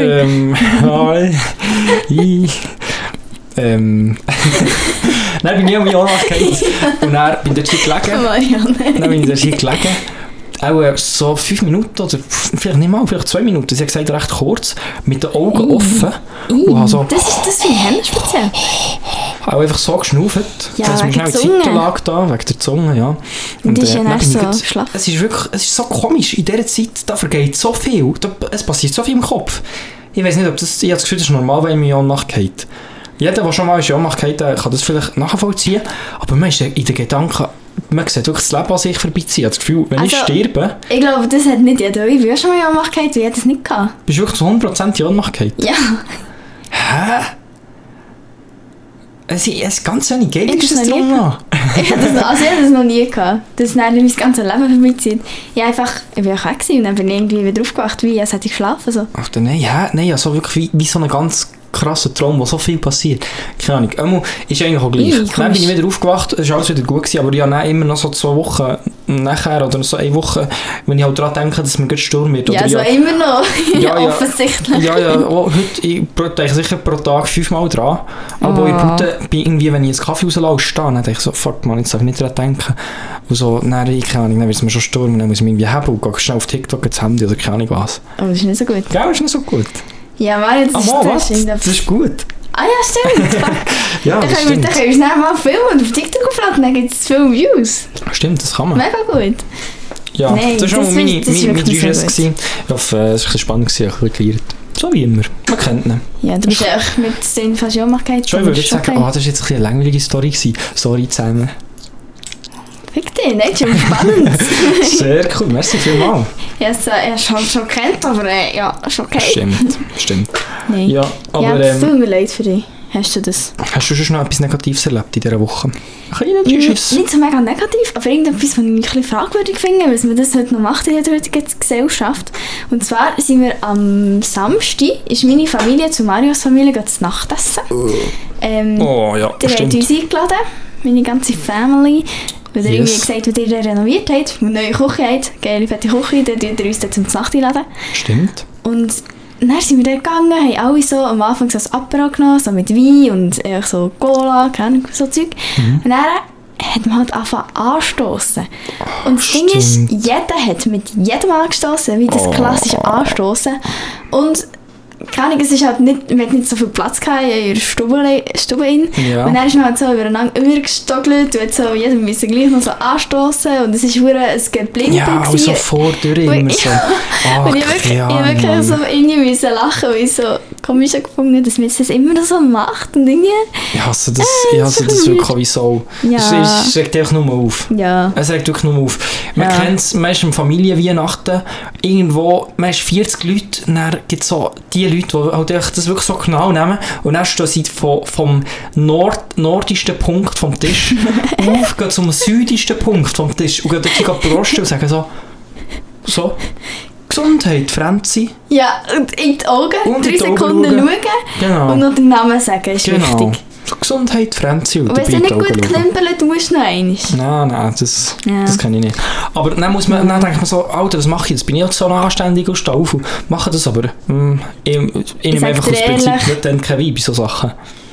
Dann bin ich um die Ohnmacht gefallen und dann bin ich dort gelegen. Auch so 5 Minuten oder vielleicht nicht mal, vielleicht 2 Minuten. Sie hat gesagt, recht kurz, mit den Augen offen. Und so, das finde ich speziell. Auch einfach so geschnauft. Ja, dass mir schnell die Seite lag da, wegen der Zunge, ja. Und die ist ja nicht so schlaff. Es ist so komisch, in dieser Zeit, da vergeht so viel, es passiert so viel im Kopf. Ich weiß nicht, ob das, ich habe das Gefühl, das ist normal, wenn man in Ohnmacht geht. Jeder, der schon mal in Ohnmacht geht, kann das vielleicht nachvollziehen, aber man ist in den Gedanken, man sieht wirklich das Leben an sich vorbeiziehen. Ich habe das Gefühl, wenn ich sterbe... Ich glaube, das hat nicht jeder. Ich bin schon mal in Ohnmacht gefallen, ich hätte das nicht gehabt. Bist du wirklich zu 100% in Ohnmacht gefallen? Ja. Hä? Es ist ganz wenig Geld, ist das drum noch? Ich habe das noch nie gehabt. Dass dann mein ganzes Leben vorbeizieht. Ich war auch weg und dann bin ich irgendwie wieder aufgewacht, wie als hätte ich geschlafen. So. Ach, nein, so wirklich wie so ein ganz krasser Traum, wo so viel passiert. Keine Ahnung. Einmal ist eigentlich auch gleich. Dann bin ich wieder aufgewacht, es war alles wieder gut gewesen, aber ich habe immer noch so 2 Wochen nachher oder so 1 Woche, wenn ich halt daran denke, dass mir gerade Sturm wird. Ja, oder so immer noch. Ja, offensichtlich. Ja, heute, ich denke sicher pro Tag 5-mal dran. Aber in Bude, irgendwie, wenn ich einen Kaffee rauslasse, stehe, dann denke ich so, fuck man, jetzt darf ich nicht daran denken. Und so, keine Ahnung, dann wird es mir schon Sturm, dann muss ich mich irgendwie haben und gehe schnell auf TikTok ins Handy oder keine Ahnung was. Oh, das ist nicht so gut. Ja, das ist nicht so gut. Ja, Mario, das ist gut. Ah ja, stimmt. Ja, dann können wir schnell mal filmen und auf TikTok aufladen, dann gibt es viele Views. Stimmt, das kann man. Mega gut. Ja, nein, das war schon mal meine 3 Jahre. Ich hoffe, es war spannend, ich habe ein bisschen gelernt. So wie immer. Man kennt ihn. Ja, du bist echt mit den Fasionnachkeit. Schon, ich würde sagen, das war jetzt eine langweilige Story gewesen. Sorry zusammen. Fick dich, nicht? Schon spannend. Sehr cool, merci vielmals. Ja, er ist halt schon kennt, aber ja, schon okay. Stimmt. Nein. Ja, aber es tut mir leid für dich. Hast du das? Hast du schon noch etwas Negatives erlebt in dieser Woche? Nicht so mega negativ, aber irgendetwas, was ich ein bisschen fragwürdig finde, was man das heute noch macht in der heutigen Gesellschaft. Und zwar sind wir am Samstag, ist meine Familie zu Marios Familie zu Nachtessen. Oh ja, die haben uns eingeladen, meine ganze Family. Weil ihr irgendwie gesagt habt, ihr renoviert habt, eine neue Küche habt, geile fette Küche, dann tut ihr uns zum Nacht einladen. Stimmt. Und dann sind wir dann gegangen, haben alle so am Anfang so ein Apero genommen, so mit Wein und so Cola, so Zeug. Und dann hat man halt angefangen anstossen. Und das Ding ist, jeder hat mit jedem angestossen, wie das klassische Anstossen. Und keine Ahnung, es ist halt nicht, man hat nicht so viel Platz gehabt in ihrer Stube rein. Ja. Und dann ist man halt so übereinander übergestockelt und so, jeder musste gleich noch so anstossen und es ist ein Geblieben. Ja, auch so vordurch immer so. Und ich wirklich so irgendwie lachen, weil ich so komisch gefunden, dass man das immer so macht und irgendwie... Ich hasse das, wirklich wie so. Ja. Es regt einfach nur auf. Ja. Es regt wirklich nur auf. Man kennt es, man ist in Familienweihnachten, irgendwo, man ist 40 Leute, dann gibt es so die Leute, die halt das wirklich so genau nehmen und dann stehen sie vom nordischen Punkt vom Tisch auf, gehen zum südlichen Punkt vom Tisch und gehen dort prosten und sagen so, So. Gesundheit, Franzi. Ja, und in die Augen, Und 3 in die Augen Sekunden schauen. schauen Genau. und noch den Namen sagen, ist Genau. wichtig. So Gesundheit, Franzi und Und wenn dabei es nicht in die gut Augen schauen. klimpert, musst du noch einmal. Nein, das Ja. kann ich nicht. Aber dann dann denkt man so, Alter, was mache ich jetzt? Bin ich jetzt so anständig und stehe auf und mache das, aber ich nehme sag einfach dir aus Prinzip ehrlich. nicht dann kein Wein bei so Sachen.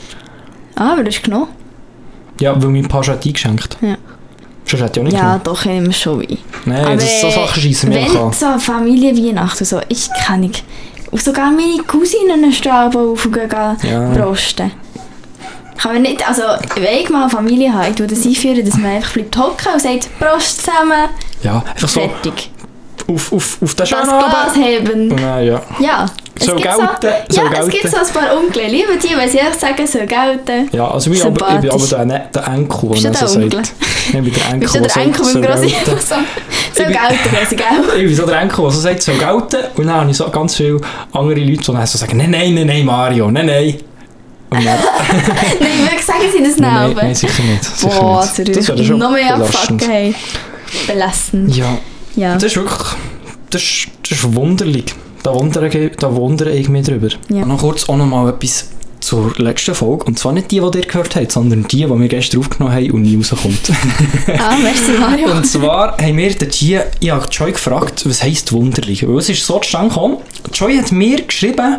Ah, aber das ist genommen. Ja, weil mein Page hat eingeschenkt. Ja. Sonst hätte ich auch nicht Ja, genommen. doch, ich nehme schon Wein. Nein, Aber so Sachen schiessen mich auch an. wenn so Familienweihnachten so, ich kann nicht. Und sogar meine Cousinen stehen auf und gehen Ja. brosten. Kann man nicht, also wenn ich mal eine Familie habe, ich würde das einführen, dass man einfach bleibt hocken und sagt, Prost zusammen, Ja, einfach so fertig. auf den Das schönen Glas Abend. heben. Nein, ja. Ja. Es Soll gibt gelten, so, soll ja, es gibt gelten. so ein paar Onkel. Liebe die, wenn sie echt sagen, soll gelten. Ja, also ich bin aber der Enkel, Bist du der der so Onkel? sagt. Ich bin der Enkel, Bist du der Enkel mit dem Grossi? So bin- gelten, Grossi, gell? Ich bin so der Enkel, der so sagt, soll gelten. Und dann habe ich so ganz viele andere Leute, die dann so sagen, nein, Mario, nein. Und dann, Nein, wirklich sagen sie das nein, nicht. sicher nicht. Sicher Boah, nicht. das wäre würde schon noch mehr belastend. abfucken. Hey. Belastend. Ja, Ja. das ist wirklich, das ist wunderlich. Da wundere ich mich drüber. Ja. Und noch kurz auch noch mal etwas zur letzten Folge. Und zwar nicht die ihr gehört habt, sondern die wir gestern aufgenommen haben und nie rauskommt. Ah, merci Mario. Und zwar haben wir ich habe Joy gefragt, was heisst wunderlich? Weil es ist so zustande gekommen. Joy hat mir geschrieben,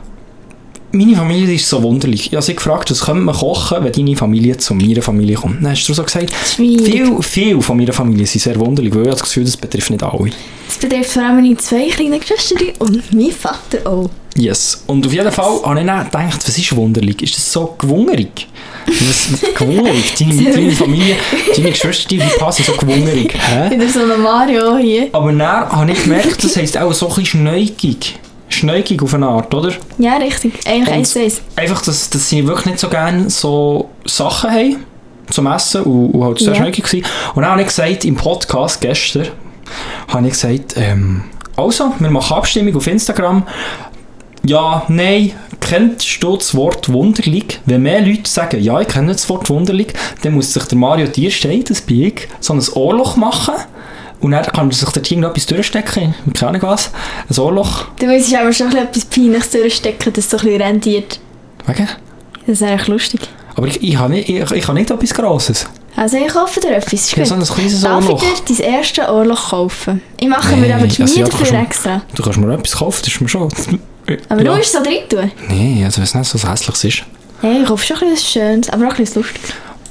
meine Familie ist so wunderlich. Ich habe sie gefragt, was könnte man kochen, wenn deine Familie zu meiner Familie kommt. Dann hast du so gesagt, Schwierig. viel von meiner Familie sind sehr wunderlich, weil ich habe das Gefühl, das betrifft nicht alle. Das betrifft vor allem meine 2 kleinen Geschwister und mein Vater auch. Yes. Und auf jeden Fall habe ich dann gedacht, was ist wunderlich? Ist das so gewungerig? Gewungerig? Deine Familie, deine Geschwister, die passen so gewungerig. Hä? Wieder so ein Mario hier. Aber dann habe ich gemerkt, das heisst auch so ein bisschen schneugig. Schneugig auf eine Art, oder? Ja, richtig. Eigentlich Und 1-1. einfach, dass sie wirklich nicht so gerne so Sachen haben zum Essen und halt sehr schneugig gewesen. Und dann habe ich gesagt, im Podcast gestern, habe ich gesagt, also, wir machen Abstimmung auf Instagram. Ja, nein, kennst du das Wort wunderlich? Wenn mehr Leute sagen, ja, ich kenne das Wort wunderlich, dann muss sich der Mario dir steht, das bin ich, so ein Ohrloch machen. Und dann kann er sich dort irgendetwas durchstecken, keine Ahnung was, ein Ohrloch. Du musst aber schon etwas Peinliches durchstecken, das so ein bisschen rentiert. Wegen? Das ist eigentlich lustig. Aber ich habe nicht etwas Grosses. Also ich kaufe dir etwas. Ist Ich habe so gut. ein kleines Darf Ohrloch. ich dir dein erste Ohrloch kaufen? Ich mache mir aber die also Miete ja, du kannst dafür mir- extra. Du kannst mir etwas kaufen, das ist mir schon... Aber ja. du musst es so drin tun. Nein, also wenn es nicht so hässlich ist. Hey, ich kaufe schon etwas Schönes, aber auch etwas Lustiges.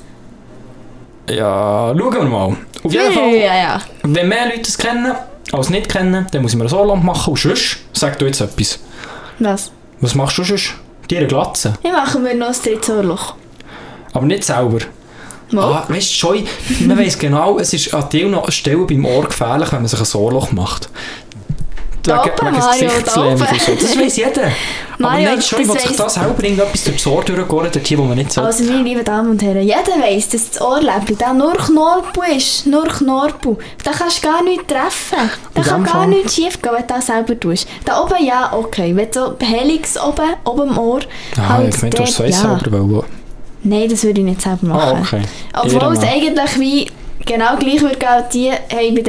Ja, schauen wir mal. Auf jeden Fall, Ja. wenn mehr Leute es kennen, als nicht kennen, dann muss ich mir ein Ohrloch machen. Und sonst, sag du jetzt etwas. Was? Was machst du sonst? Dir eine Glatze. Ich mache mir noch ein drittes Ohrloch. Aber nicht selber. Mal. Ah, weißt du, schon, man weiss genau, es ist an der Stelle beim Ohr gefährlich, wenn man sich ein Ohrloch macht. Da oben, Wegen Mario, Gesichtslähmung da und so. Das weiss jeder. Mario, aber nicht schon, das will sich weiss- da selber irgendetwas durch das Ohr durchgehen, dort hier, wo man nicht soll. Also meine lieben Damen und Herren, jeder weiss, dass das Ohrläppchen da nur Knorpel ist. Nur Knorpel. Da kannst du gar nichts treffen. Da In kann dem gar Fall. nichts schief gehen, wenn du das selber tust. Da oben ja, okay. Wenn du so Helix oben im Ohr... Ah, ich meine, du hast es dort, selber wollen. Nein, das würde ich nicht selber machen. Ah, okay. Obwohl es Ehrenmann. eigentlich wie genau gleich würde gehen, die haben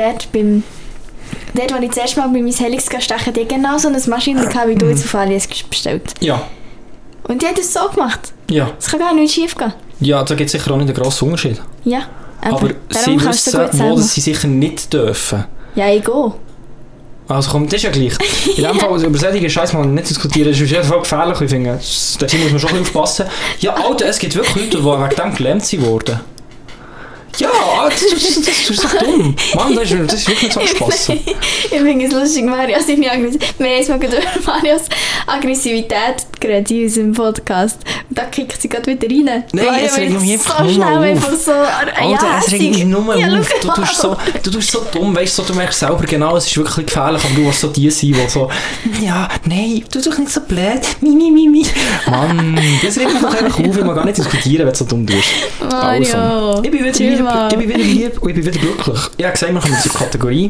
dort, wo ich zuerst mal bei meinem Helix stechen, die genau so eine Maschine gehabt, wie du jetzt auf AliEx bestellt. Ja, Und die hat es so gemacht. ja. Es kann gar nicht schief gehen. Ja, da gibt es sicher auch nicht einen grossen Unterschied. Ja. Aber darum sie kannst du wissen, gut wo selber. das sie sicher nicht dürfen. Ja, ich gehe. Also komm, das ist ja gleich. In dem Fall, über solche Scheiße mal nicht diskutieren, das ist auf jeden Fall gefährlich. Ich finde, dort muss man schon ein bisschen aufpassen. Ja, Alter, es gibt wirklich Leute, die wegen dem gelähmt sind worden. Ja, das ist so dumm. Mann, das ist wirklich nicht so Spaß. Ich finde es lustig, Mario, seine Aggressivität. Wir haben jetzt mal gerade über Marios Aggressivität geredet in unserem Podcast. Und da kickt sie gerade wieder rein. Nein, Mario es regt wird mich einfach so nur schnell auf. einfach so... Alter, es regt mich nur ja, auf. Du tust so dumm, weißt du, du merkst selber genau, es ist wirklich gefährlich, aber du willst so die sein, die so, ja, nein, tu doch nicht so blöd, mi. Mann, das regt mich doch einfach auf, ich mag gar nicht diskutieren, wenn du so dumm tust. Mario, Also, ich bin wieder chill lieb, mal. ich bin wieder lieb und ich bin wieder glücklich. Ich habe gesagt, wir kommen zur Kategorie.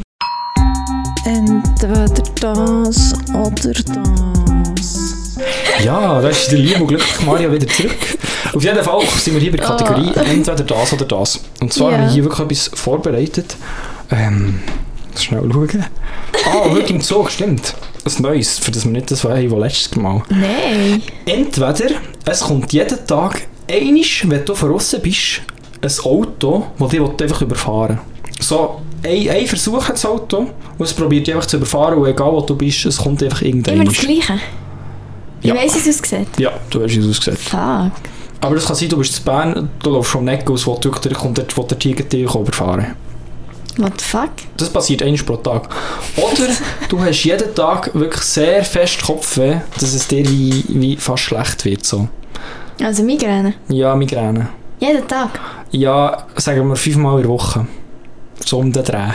Entweder das oder das. Ja, da ist der liebe und glückliche Mario wieder zurück. Auf jeden Fall sind wir hier bei der Kategorie entweder das oder das. Und zwar Ja. habe ich hier wirklich etwas vorbereitet. Schnell schauen. Heute im Zug, stimmt. Ein neues, für das wir nicht das haben, was letztes Mal. Nein. Entweder es kommt jeden Tag einmal, wenn du von außen bist, ein Auto, das dich einfach überfahren will. So, ein Versuch hat das Auto und es probiert dich einfach zu überfahren und egal wo du bist, es kommt einfach irgendein. Immer das Gleiche? Ja. Ich weiss, wie es aussieht. Ja, du weißt, wie es aussieht. Fuck. Aber es kann sein, du bist in Bern, du läufst vom Neck aus, wo der Tiger dich überfahren. What the fuck? Das passiert einmal pro Tag. Oder du hast jeden Tag wirklich sehr fest Kopfweh, dass es dir wie fast schlecht wird. So. Also Migräne? Ja, Migräne. Jeden Tag? Ja, sagen wir 5-mal in der Woche. So um den Dreh.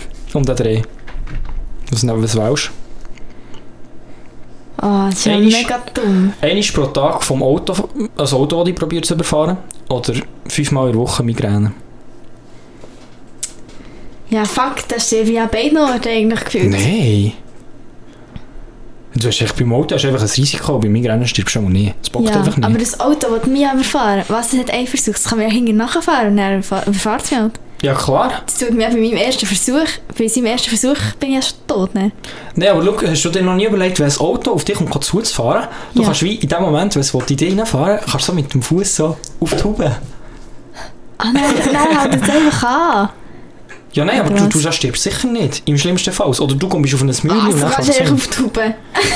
Was wählst du? Oh, das ist ja mega dumm. Einmal pro Tag vom Auto, ein Auto, das ich probiert zu überfahren. Oder 5-mal in der Woche Migräne. Ja, fuck, das ist wie an beiden Orten eigentlich gefühlt. Nein. Du hast echt beim Auto hast einfach ein Risiko, bei Migräne stirbst du auch nie. Das bockt einfach nicht. Aber das Auto, das mich überfahren, was hat ein Versuch? Das kann man ja hinten nachfahren und dann überfahrt es mich halt. Ja, klar. Das tut mir bei seinem ersten Versuch bin ich ja schon tot. Ne? Nein, aber schau, hast du dir noch nie überlegt, wenn ein Auto auf dich kommt zuzufahren, du kannst wie in dem Moment, wenn es in dich reinfahren will, kannst du so mit dem Fuß so auf die Haube. Ah nein, halt jetzt einfach an. Ja, nein, aber du stirbst sicher nicht. Im schlimmsten Fall. Oder du kommst auf ein Mühle und dann kannst du einfach auf die Haube.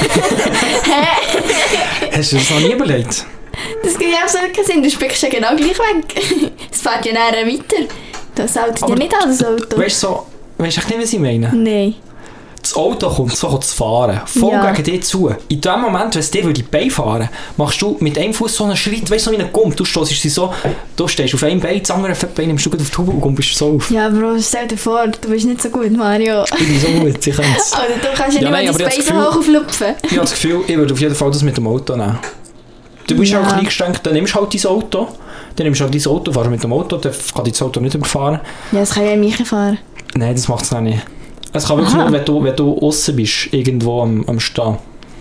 Hast du das noch nie überlegt? Das gibt ja absolut keinen Sinn. Du spickst ja genau gleich weg. Es fährt ja nachher weiter. Das hält ja nicht an, das Auto. Weißt du nicht, was ich meine? Nein. Das Auto kommt so zu fahren, voll gegen dich zu. In dem Moment, wenn es dir die Beine fahren, machst du mit einem Fuß so einen Schritt, weißt du, so wie ein Gump. Du stehst auf einem Bein, das andere Bein nimmst du gut auf die Haube und gumpst so auf. Ja, Bro, stell dir vor, du bist nicht so gut, Mario. Ich bin so gut, ich kann es. Aber du kannst ja nicht mal dein Bein so hoch auflupfen. Ich habe das Gefühl, ich würde auf jeden Fall das mit dem Auto nehmen. Du bist auch eingeschränkt, dann nimmst du halt dein Auto. Fahrst mit dem Auto, dann kann dein Auto nicht überfahren. Ja, das kann ja mich fahren. Nein, das macht es noch nicht. Es kann wirklich nur, wenn du aussen bist, irgendwo am Stehen.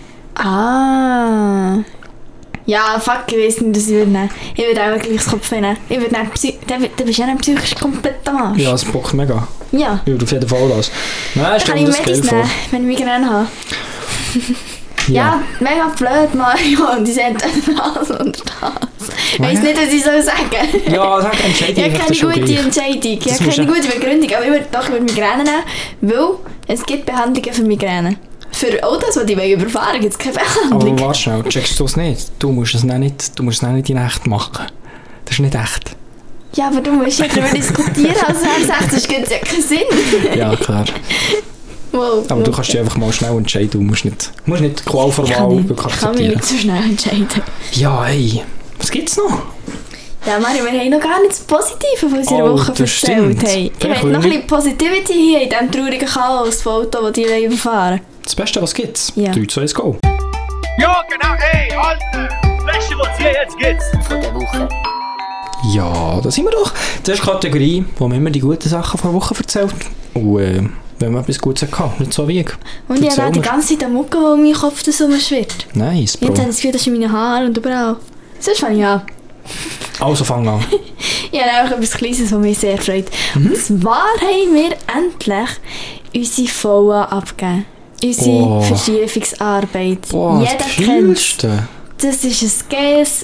Ah. Ja, fuck, ich weiss nicht, was ich würde nehmen. Ich würde auch gleich das Kopf nehmen. Ich würde dann bist ja nicht psychisch komplett am Arsch. Ja, das bockt mega. Ja. Ich würde auf jeden Fall das. Nein, stell mir das geil vor. Wenn ich Migräne habe. Ja, mega blöd, Mario. Die sind das und das. Ich weiss nicht, was ich sagen soll. Ja, sag Entscheidung. Ich habe keine gute Entscheidung. Ich habe keine gute Begründung. Aber ich würde Migräne nehmen, weil es gibt Behandlungen für Migräne. Für Autos, die dich überfahren, gibt es keine Behandlung. Aber warte schnell, checkst du es nicht? Du musst es nicht in echt machen. Das ist nicht echt. Ja, aber du musst ja darüber diskutieren, als er sagt, sonst gibt es ja keinen Sinn. Ja, klar. Wow, aber du kannst dich einfach mal schnell entscheiden. Du musst nicht Qual vor Wahl akzeptieren. Ich kann mich nicht so schnell entscheiden. Ja, hey. Was gibt's noch? Ja, Mario, wir haben noch gar nichts Positives von unserer Woche erzählt. Hey, ich möchte noch ein bisschen Positivity hier in diesem traurigen Chaos von Auto, das die überfahren. Das Beste, was gibt's? Ja. 3, 2, 1, go. Ja, genau. Ey, Alter. Das Beste, was hier jetzt gibt's. Von der Woche. Ja, da sind wir doch. Das ist die Kategorie, wo man immer die guten Sachen von der Woche erzählt. Und wenn man etwas Gutes hatte, nicht so wieg. Und ich habe die ganze Zeit eine Mucke, die mein Kopf das umschwirrt. Nice, Bro. Jetzt habe ich das Gefühl, das ist in meinen Haaren und überall. Sonst fange ich an. Also fang an. Ich habe auch etwas Kleines, das mich sehr freut. Und zwar haben wir endlich unsere VA abgegeben. Unsere Verschiebungsarbeit. Jeder kennt es. Das ist ein geiles,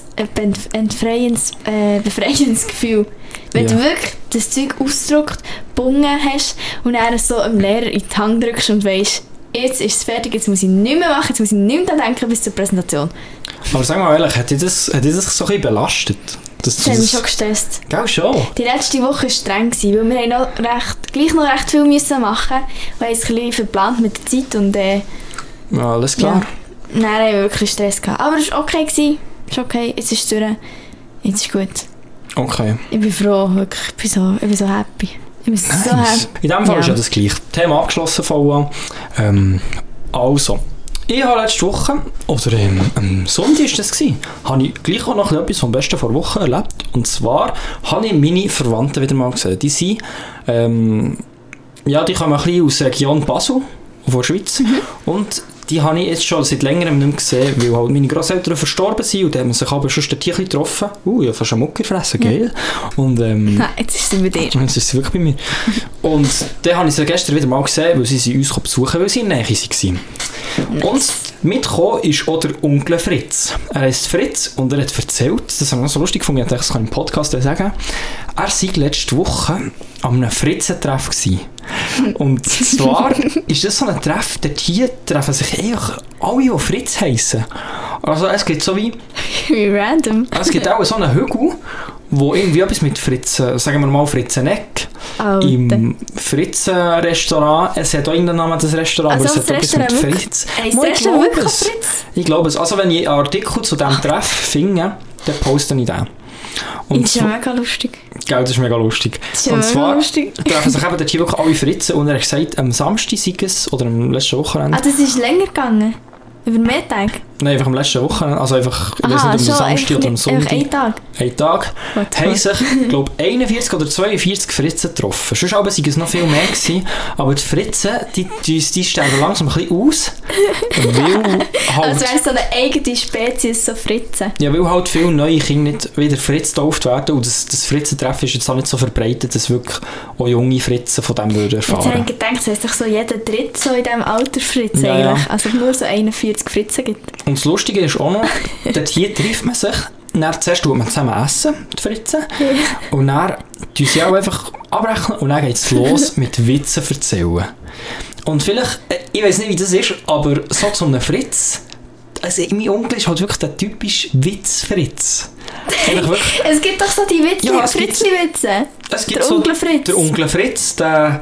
befreiendes Gefühl. Wenn du wirklich das Zeug ausgedruckt, gebunden hast und dann so einem Lehrer in die Hand drückst und weisst, jetzt ist es fertig, jetzt muss ich nichts mehr machen, jetzt muss ich nichts mehr denken bis zur Präsentation. Aber sag mal ehrlich, hat dich das so ein bisschen belastet? Das hat mich schon gestresst. Gell, schon? Die letzte Woche war streng, weil wir haben gleich noch recht viel müssen machen. Wir haben es ein bisschen verplant mit der Zeit und ja, alles klar. Ja. Nein, haben wir wirklich Stress gehabt. Aber es war okay. Es ist okay, jetzt ist es durch. Jetzt ist gut. Okay. Ich bin froh, wirklich. Ich bin so happy. Ich bin so happy. In diesem Fall ist ja das gleiche. Thema abgeschlossen, VA. Also, ich habe letzte Woche, oder am Sonntag war das, habe ich gleich auch noch etwas vom Besten vor Woche erlebt. Und zwar habe ich meine Verwandten wieder mal gesehen. Die sind, die kommen ein bisschen aus der Region Basel, von der Schweiz. Und die habe ich jetzt schon seit längerem nicht mehr gesehen, weil halt meine Grosseltern verstorben sind und dann haben wir sich aber schon ein Tierchen getroffen. Ich habe fast einen Mucker gefressen, geil. Und, Nein, jetzt ist sie bei dir. Jetzt ist sie wirklich bei mir. Und dann habe ich sie gestern wieder mal gesehen, weil sie uns besuchen, weil sie in der Nähe waren. Nice. Und mitgekommen ist auch der Onkel Fritz. Er heisst Fritz und er hat erzählt, das habe ich noch so lustig gefunden, ich dachte, das kann ich im Podcast sagen, er sei letzte Woche an einem Fritzentreff gewesen. Und zwar ist das so ein Treff, dort hier treffen sich einfach alle, die Fritz heissen. Also es gibt so wie random. Es gibt auch so einen Hügel, wo irgendwie etwas mit Fritzen, sagen wir mal Fritzeneck, im Fritz-Restaurant, es hat auch irgendeinen Namen, das Restaurant, also aber es hat etwas mit Fritz. Ich glaube es. Also wenn ich einen Artikel zu diesem Treff finde, dann poste ich den. Und das ist ja mega lustig. Gell, das ist mega lustig. Und zwar treffen sich eben dort hier wirklich alle Fritzen und er hat gesagt, am Samstag sei es, oder am letzten Wochenende. Ah, das ist länger gegangen? Über mehr Tage? Nein, einfach am letzten Wochenende, also einfach, ich weiß nicht, am Samstag oder am Sonntag. Ein Tag? Ein Tag. Haben sich, glaube ich, 41 oder 42 Fritzen getroffen. Sonst aber waren es noch viel mehr gewesen. Aber die Fritzen, die sterben langsam ein bisschen aus. Weil halt, also wäre es so eine eigene Spezies, so Fritzen? Ja, weil halt viele neue Kinder nicht wieder Fritz getauft werden. Und das Fritzentreffen ist jetzt auch nicht so verbreitet, dass wirklich auch junge Fritzen von dem würden erfahren. Jetzt habe ich gedacht, es heisst doch so jeder Dritte so in diesem Alter Fritzen eigentlich. Also nur so 41 Fritzen gibt. Und das Lustige ist auch noch, dort hier trifft man sich, dann zuerst tut man zusammen essen, die Fritzen, und dann tun sie auch einfach abrechnen und dann geht es los mit Witzen erzählen. Und vielleicht, ich weiß nicht, wie das ist, aber so zu einem Fritz, also mein Onkel ist halt wirklich der typische Witz-Fritz. Es gibt doch so die Witze, ja, Fritzli-Witze. Der so Onkel Fritz. Der Onkel Fritz, der,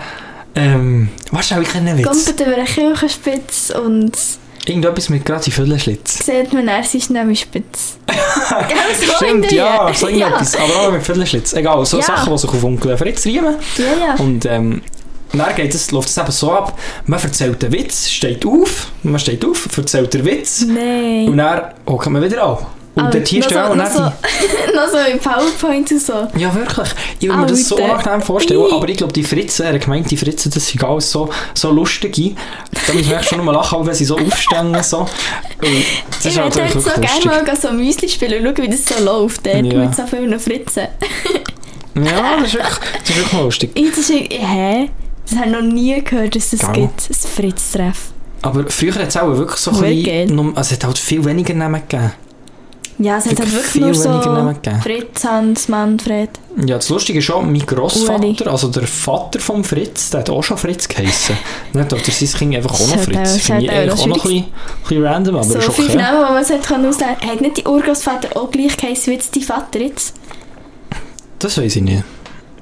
was habe ich keinen Witz? Kommt über eine Kirchenspitze und... Irgendetwas mit gerade in Viertelschlitz. Sieht man, er ist nämlich spitz. Ja, so stimmt, ja, so irgendetwas. Aber auch mit Viertelschlitz. Egal, so Sachen, die sich auf Onkel Fritz riemen. Ja. Und dann läuft es eben so ab, man erzählt einen Witz, man steht auf, erzählt den Witz. Nein. Und dann hockt man wieder an. Und dort hier stehen noch so in PowerPoint und so. Ja, wirklich. Ich will mir das so unangenehm vorstellen. Aber ich glaube, die Fritzen, er hat gemeint, die Fritzen, das sind alles so lustige. Da muss man schon mal lachen, wenn sie so aufstehen. So. Ich würde halt so gerne mal so Müsli spielen und schauen, wie das so läuft. Mit so vielen Fritzen. Ja, das ist wirklich lustig. Das habe ich noch nie gehört, dass es gibt. Ein Fritz-Treff. Aber früher hat es auch wirklich so ein bisschen... Also es hat halt viel weniger Namen gegeben. Ja, es hat halt wirklich nur so Fritz, Hans, Manfred. Ja, das Lustige ist schon, mein Grossvater, also der Vater von Fritz, der hat auch schon Fritz geheissen. Dann hat sein Kind einfach auch noch Fritz. Finde ich eigentlich auch noch ein bisschen random, aber so ist okay. 5 Namen, die man sollte auslernen kann. Hat nicht die Urgroßvater auch gleich geheissen wie jetzt dein Vater jetzt? Das weiss ich nicht.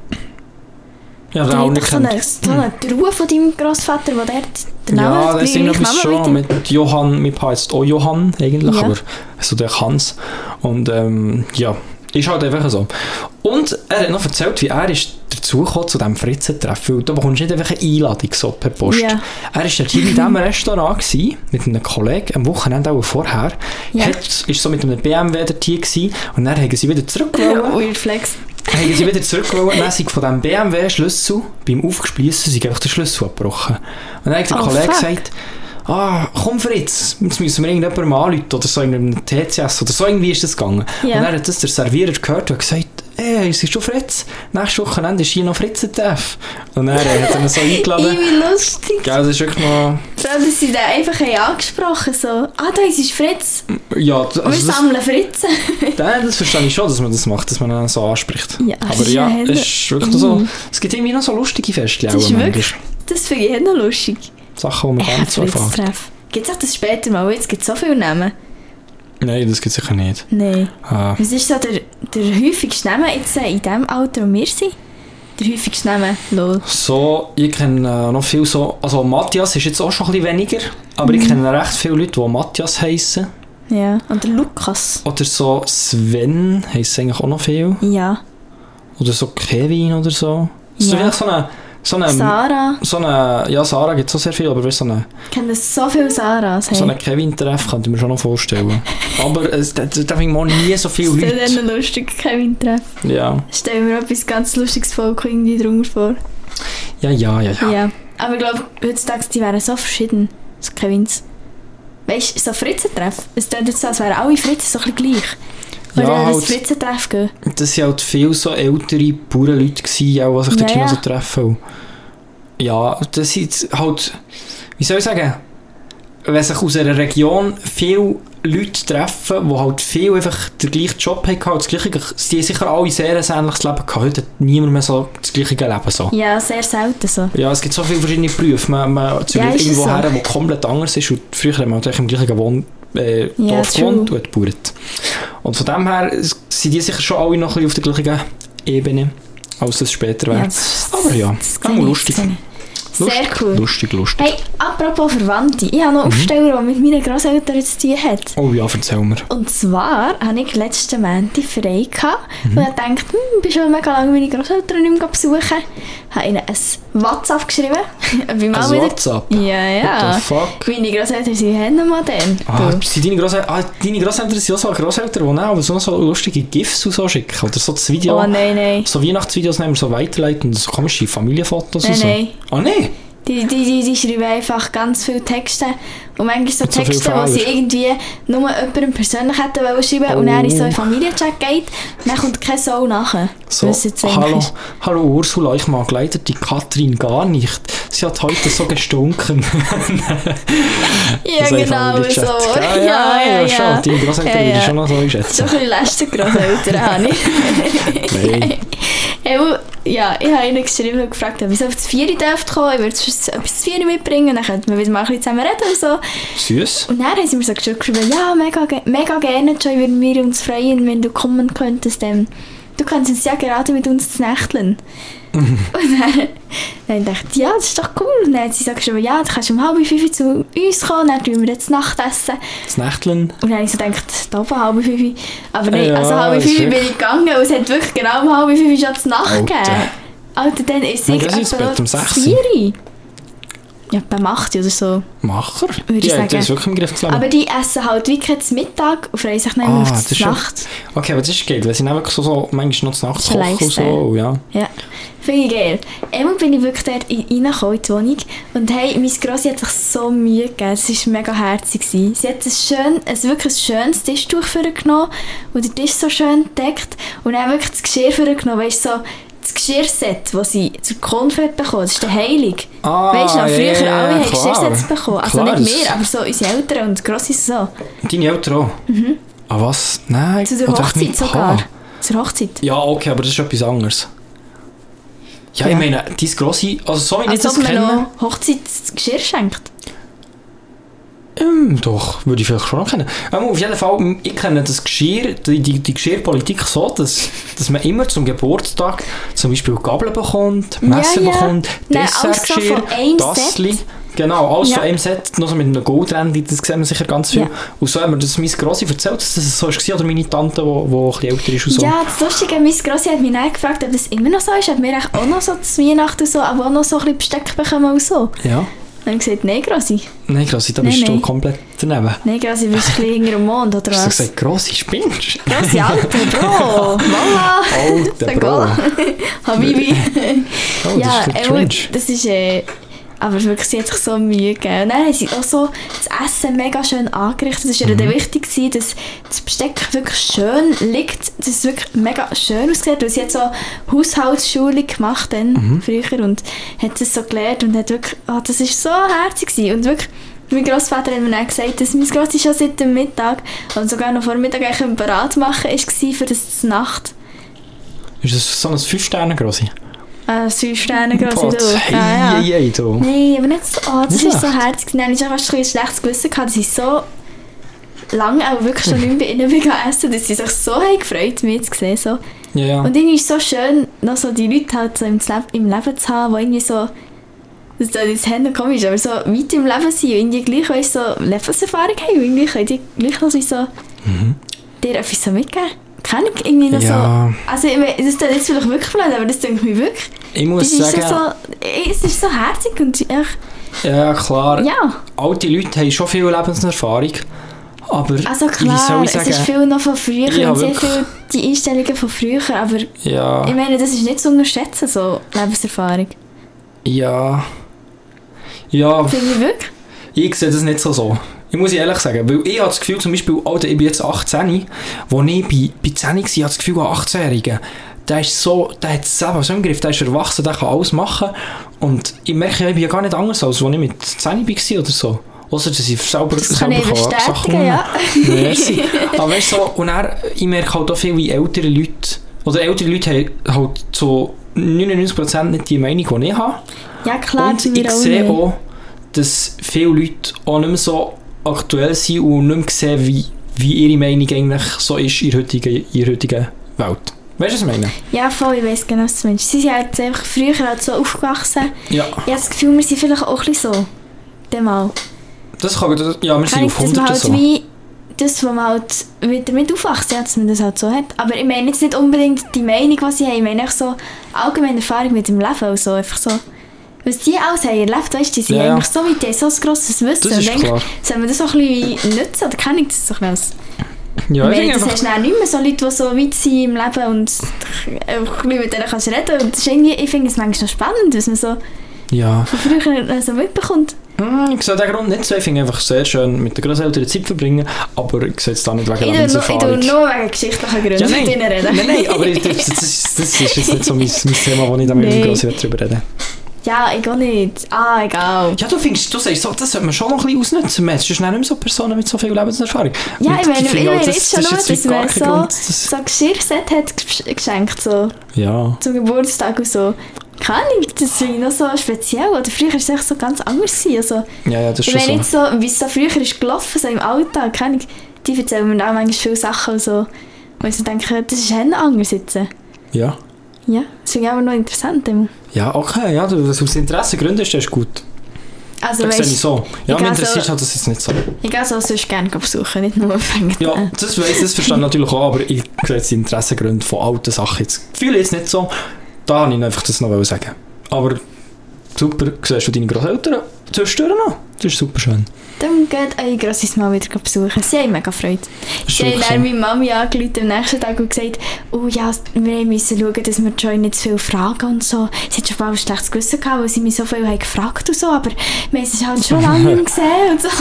Ja, der hat doch so eine Truhe von deinem Grossvater, wo der den Namen ja, das ist irgendwas schon mit Johann, mein Paar heißt auch Johann eigentlich, aber also der Hans. Und ja, ist halt einfach so. Und er hat noch erzählt, wie er ist dazugekommen zu diesem Fritzentreffen, weil da bekommst du nicht einfach eine Einladung so per Post. Ja. Er war dort hier in diesem Restaurant gewesen, mit einem Kollegen, am Wochenende auch vorher. Ist so mit einem BMW dort hier gewesen, und dann haben sie wieder zurückgelassen. Weird Flex. Haben sie wieder zurückgelassen, dann sind von diesem BMW-Schlüssel beim Aufgespliessen sind einfach der Schlüssel abgebrochen. Und dann hat der Kollege gesagt, komm Fritz, jetzt müssen wir irgendjemandem anrufen oder so in einem TCS oder so, irgendwie ist das gegangen. Ja. Und dann hat das der Servierer gehört und gesagt, hey, es ist schon Fritz, nächstes Wochenende ist hier noch Fritzentreff. Und dann hat er ihn so eingeladen. Wie lustig. Ja, das ist wirklich noch... Vor allem, dass sie den einfach angesprochen so, da ist Fritz. Ja, also wir sammeln Fritzen. Das verstehe ich schon, dass man das macht, dass man ihn so anspricht. Ja, aber ja, es ist wirklich so, es gibt irgendwie noch so lustige Feste. Das ist wirklich, das finde ich noch lustig. Sachen, die man gar nicht so erfährt. Gibt es auch das später mal? Jetzt gibt es so viele Namen. Nein, das gibt es sicher nicht. Nein. Was ist so der häufigste Name jetzt in dem Alter, wo wir sind? Der häufigste Name, lol. So, ich kenne noch viel so... Also Matthias ist jetzt auch schon ein bisschen weniger, aber ich kenne recht viele Leute, die Matthias heissen. Ja, oder Lukas. Oder so Sven heissen eigentlich auch noch viel. Ja. Oder so Kevin oder so. Ja. Vielleicht so eine Sarah. Ja, Sarah gibt es auch sehr viel, aber weißt du, ich kenne so viele Sarahs. Hey. So einen Kevin-Treff könnte ich mir schon noch vorstellen. Aber da finde ich mal nie so viele Leute. Das ist ein lustiger Kevin-Treff. Ja. Stell mir etwas ganz lustiges Volk irgendwie drunter vor. Ja. Aber ich glaube, heutzutage die wären so verschieden. So Kevins. weißt du, so Fritzentreff. Es klingt jetzt so, als wären alle Fritzen so ein bisschen gleich. Ja, Oder halt, das Fritzentreff gehen. das waren halt viele so ältere Bauernleute, die sich dort so treffen. Ja, das sind halt, wie soll ich sagen, wenn sich aus einer Region viele Leute treffen, die halt viel einfach den gleichen Job hatten, das gleiche, die haben sicher alle sehr ein ähnliches Leben gehabt. Heute hat niemand mehr so das gleiche Leben. So. Ja, sehr selten so. Ja, es gibt so viele verschiedene Berufe. Man zieht irgendwo her, der komplett anders ist. Und früher haben wir halt im gleichen Dorf gewohnt und gebaut. Und von dem her sind die sicher schon alle noch ein bisschen auf der gleichen Ebene, als es später wäre. Aber ja, das lustig. Sehr cool. Lustig. Hey, apropos Verwandte, ich habe noch Aufsteller, der mit meinen Grosseltern zu tun hat. Oh ja, erzähl mir. Und zwar hatte ich letzten Montag frei und ich dachte, ich bin schon mega lange meine Grosseltern nicht mehr besuchen. Ich habe ihnen ein WhatsApp geschrieben. Ein WhatsApp? Ja. What the fuck? Meine Grosseltern sind modern. Sind deine Grosseltern sind auch so Grosseltern, die auch so lustige GIFs und so schicken? Oder so das Video? Oh nein. So Weihnachtsvideos nehmen wir so weiterleiten und so komische Familienfotos und so? Nein. Ah nein? Die schreiben einfach ganz viele Texte und manchmal so Texte, die sie irgendwie nur jemandem persönlich hätten schreiben und dann in so einen Familienchat geht und dann kommt kein Soul nachher. So, hallo Ursula, ich mag leider die Katrin gar nicht. Sie hat heute so gestunken. Ja, genau so. Ja. Schon. Deine Grosseltern würde ich schon noch so einschätzen. So ein bisschen Lästergrosseltern habe ich. Nein. Ja, ich habe ihnen geschrieben und gefragt, ob ich auf das 4 kommen darf. Ich würde etwas zu 4 mitbringen, dann könnten wir wieder mal ein bisschen zusammen reden und so. Süß. Und dann haben sie mir so geschrieben, ja, mega gerne, Joy, würden wir uns freuen, wenn du kommen könntest. Du kannst uns ja gerade mit uns zu nächteln. Und dann dachte ich, ja, das ist doch cool. Und dann hat sie so geschrieben, ja, du kannst um 4:30 zu uns kommen, dann tun wir jetzt Nachtessen. Das Nächteln? Und dann habe ich so gedacht, da von 4:30. Aber nein, ja, also 4:30 bin ich gegangen und es hat wirklich genau um 4:30 schon zu Nacht gegeben. Alter, dann ist es etwa um 6 Uhr. Ja, beim 8 oder so. Macher? Würde ich sagen. Das ist wirklich im Griff zu lassen. Aber die essen halt wirklich zum Mittag und freuen sich nicht mehr auf die Nacht. Okay, aber das ist geil, weil sie nämlich so manchmal noch zur Nacht kochen und so. Ja, finde ich geil. Einmal bin ich wirklich dort reingekommen in die Wohnung und hey, meine Grossi hat sich so Mühe gegeben. Es war mega herzig. Sie hat wirklich ein schönes Tischtuch vorgenommen und der Tisch so schön gedeckt und dann wirklich das Geschirr vorgenommen, weißt du, so das Geschirrset, das sie zur Konfett bekommen, das ist der Heilig. Weißt du, früher alle haben Geschirrsets bekommen. Also klar, nicht wir, aber so unsere Eltern und Grossi so. Deine Eltern auch? Mhm. Ah was? Nein. Zu der Hochzeit sogar. Zur Hochzeit. Ja, okay, aber das ist etwas anderes. Ja, ich meine, dein Grossi, also so wie ich das kenne... Als ob man noch Hochzeitsgeschirr schenkt. Doch, würde ich vielleicht schon noch kennen. Auf jeden Fall, ich kenne das Geschirr, die Geschirrpolitik so, dass man immer zum Geburtstag zum Beispiel Gabeln bekommt, Messer bekommt, Dessertgeschirr, Tassli. Genau, alles von einem Set, noch so mit einem Goldrändchen, das sieht man sicher ganz viel. Ja. Und so haben mir das meine Grossi erzählt, dass das so war, oder meine Tante, die ein bisschen älter ist und so. Ja, das Lustige, meine Grossi hat mich dann gefragt, ob das immer noch so ist, ob wir auch noch so zu Weihnachten so, aber auch noch so ein bisschen Besteck bekommen und so. Ja. Dann habe ich gesagt, nein, Grossi. Nein, Grossi, da bist du komplett daneben. Nein, Grossi, du bist ein bisschen hinter dem Mond, oder was? Hast du gesagt, Grossi, spinnst du? Grossi, alter Bro, Mama. Alter Bro. Habibi. Oh, das ist cringe. Das ist... aber wirklich, sie hat sich so Mühe gegeben. Und dann haben sie auch so das Essen mega schön angerichtet. Es war ihr dann wichtig, dass das Besteck wirklich schön liegt, dass es wirklich mega schön aussieht. Weil sie hat so Haushaltsschulung gemacht dann, früher und hat das so gelernt und hat wirklich, das war so herzig gewesen. Und wirklich, mein Grossvater hat mir dann gesagt, dass mein Grossi schon seit dem Mittag und sogar noch vor dem Mittag eigentlich bereit machen war für das Nacht. Ist das so ein 5-Sterne-Grossi? 5 Sterne Grossi, du. Hey, Nein, aber nicht so. Das ist so herzig. Nein, ich hatte fast ein schlechtes Gewissen gehabt, dass ich so lange auch wirklich schon nicht mehr bei ihnen essen, dass sie sich so gefreut haben, mich zu sehen. So. Ja. Und irgendwie ist es so schön, noch so die Leute halt so im Leben zu haben, die irgendwie so, das ist jetzt komisch, aber so weit im Leben sind und irgendwie gleich, weißt, so Lebenserfahrung haben und irgendwie können die gleich noch so dir etwas so mitgeben. Kann ich irgendwie noch so... Also, das ist jetzt vielleicht wirklich blöd, aber das denke ich mir wirklich. Ich muss sagen... Es ist so herzig und echt... Ja, klar. Ja. Alte Leute haben schon viel Lebenserfahrung, aber... Also klar, wie soll ich sagen, es ist viel noch von früher und sehr viel die Einstellungen von früher, aber ich meine, das ist nicht zu unterschätzen, so Lebenserfahrung. Ja. Ja. Finde ich wirklich? Ich sehe das nicht so. Ich muss ehrlich sagen, weil ich habe das Gefühl, zum Beispiel, Alter, ich bin jetzt 18, als ich bei 10 war, habe ich das Gefühl, ein 18-Jähriger, der hat es selber so im Griff, der ist erwachsen, der kann alles machen. Und ich merke, ich bin ja gar nicht anders, als als ich mit 10 war oder so. Ausser, dass ich selber Sachen ja. Merci. Aber weißt du, so, und dann, ich merke halt auch viel, wie ältere Leute haben halt so 99% nicht die Meinung, die ich habe. Ja, klar. Und ich sehe auch, dass viele Leute auch nicht mehr so aktuell sind und nicht mehr sehen, wie ihre Meinung eigentlich so ist in der heutigen Welt. Weißt du, was ich meine? Ja, voll, ich weiss genau, was du meinst. Sie sind halt einfach früher halt so aufgewachsen. Ja. Ich habe das Gefühl, wir sind vielleicht auch ein bisschen so. Demal. Das kann, ja, wir sind auf 100 halt so. Wie das, was man halt wieder mit aufwachst, ja, dass man das halt so hat. Aber ich meine jetzt nicht unbedingt die Meinung, die sie haben. Ich meine einfach so allgemeine Erfahrung mit dem Leben. Also einfach so, was die alles haben erlebt, weißt du, die sind eigentlich so weit, die haben so ein grosses Wissen. Das ist klar. Soll man das auch ein bisschen nutzen, oder kenne ich das so ein bisschen? Ja, ich meine, das hast du nicht mehr so Leute, die so weit sind im Leben und einfach mit denen kannst du reden. Und das ist irgendwie, ich finde es manchmal noch spannend, was man so von früher so mitbekommt. Ich sehe den Grund nicht so. Ich finde einfach sehr schön mit den Grosseltern Zeit verbringen, aber ich sehe es da nicht wegen Lebenserfahrung. Ich tue nur wegen geschichtlichen Gründen mit ihnen reden. Nein, aber das ist jetzt nicht so mein Thema, wo ich da mit meinen Grossen drüber rede. Ja, ich auch nicht. Egal. Ja, du sagst so, das sollte man schon noch ein bisschen ausnutzen. Man ist nicht mehr so Personen mit so viel Lebenserfahrung. Ja, ich meine jetzt schon nur, dass man so Geschirrset hat geschenkt, so ja. Zum Geburtstag und so. Keine Ahnung, das ist noch so speziell. Oder früher war es echt so ganz anders. Also, ja, das ist schon so. Nicht so, wie es so früher ist gelaufen, so im Alltag. Keine Ahnung, die erzählen mir auch manchmal viele Sachen und so. Wo ich so denke, das ist anders jetzt. Ja. Ja, das finde ich aber noch interessant. Ja, okay, ja, das aus Interessengründen ist das gut. Also, das sehe ich so. Ja, mich interessiert so, halt das jetzt nicht so. Ich gehe so sonst gerne besuchen, nicht nur wegen ja, das verstehe ich natürlich auch, aber ich sehe jetzt die Interessengründe von alten Sachen jetzt. Ich fühle jetzt nicht so. Da wollte ich einfach das noch sagen. Aber super, siehst du deine Grosseltern zwischendurch noch? Das ist super schön. Dann geht eure Grossis mal wieder besuchen. Sie haben mega Freude. Sie haben dann meine Mami angerufen am nächsten Tag und gesagt, oh ja, wir müssen schauen, dass wir Joy nicht zu viel fragen und so. Sie hat schon bald ein schlechtes Gewissen gehabt, weil sie mich so viel haben gefragt und so, aber wir haben es halt schon lange nicht gesehen und so.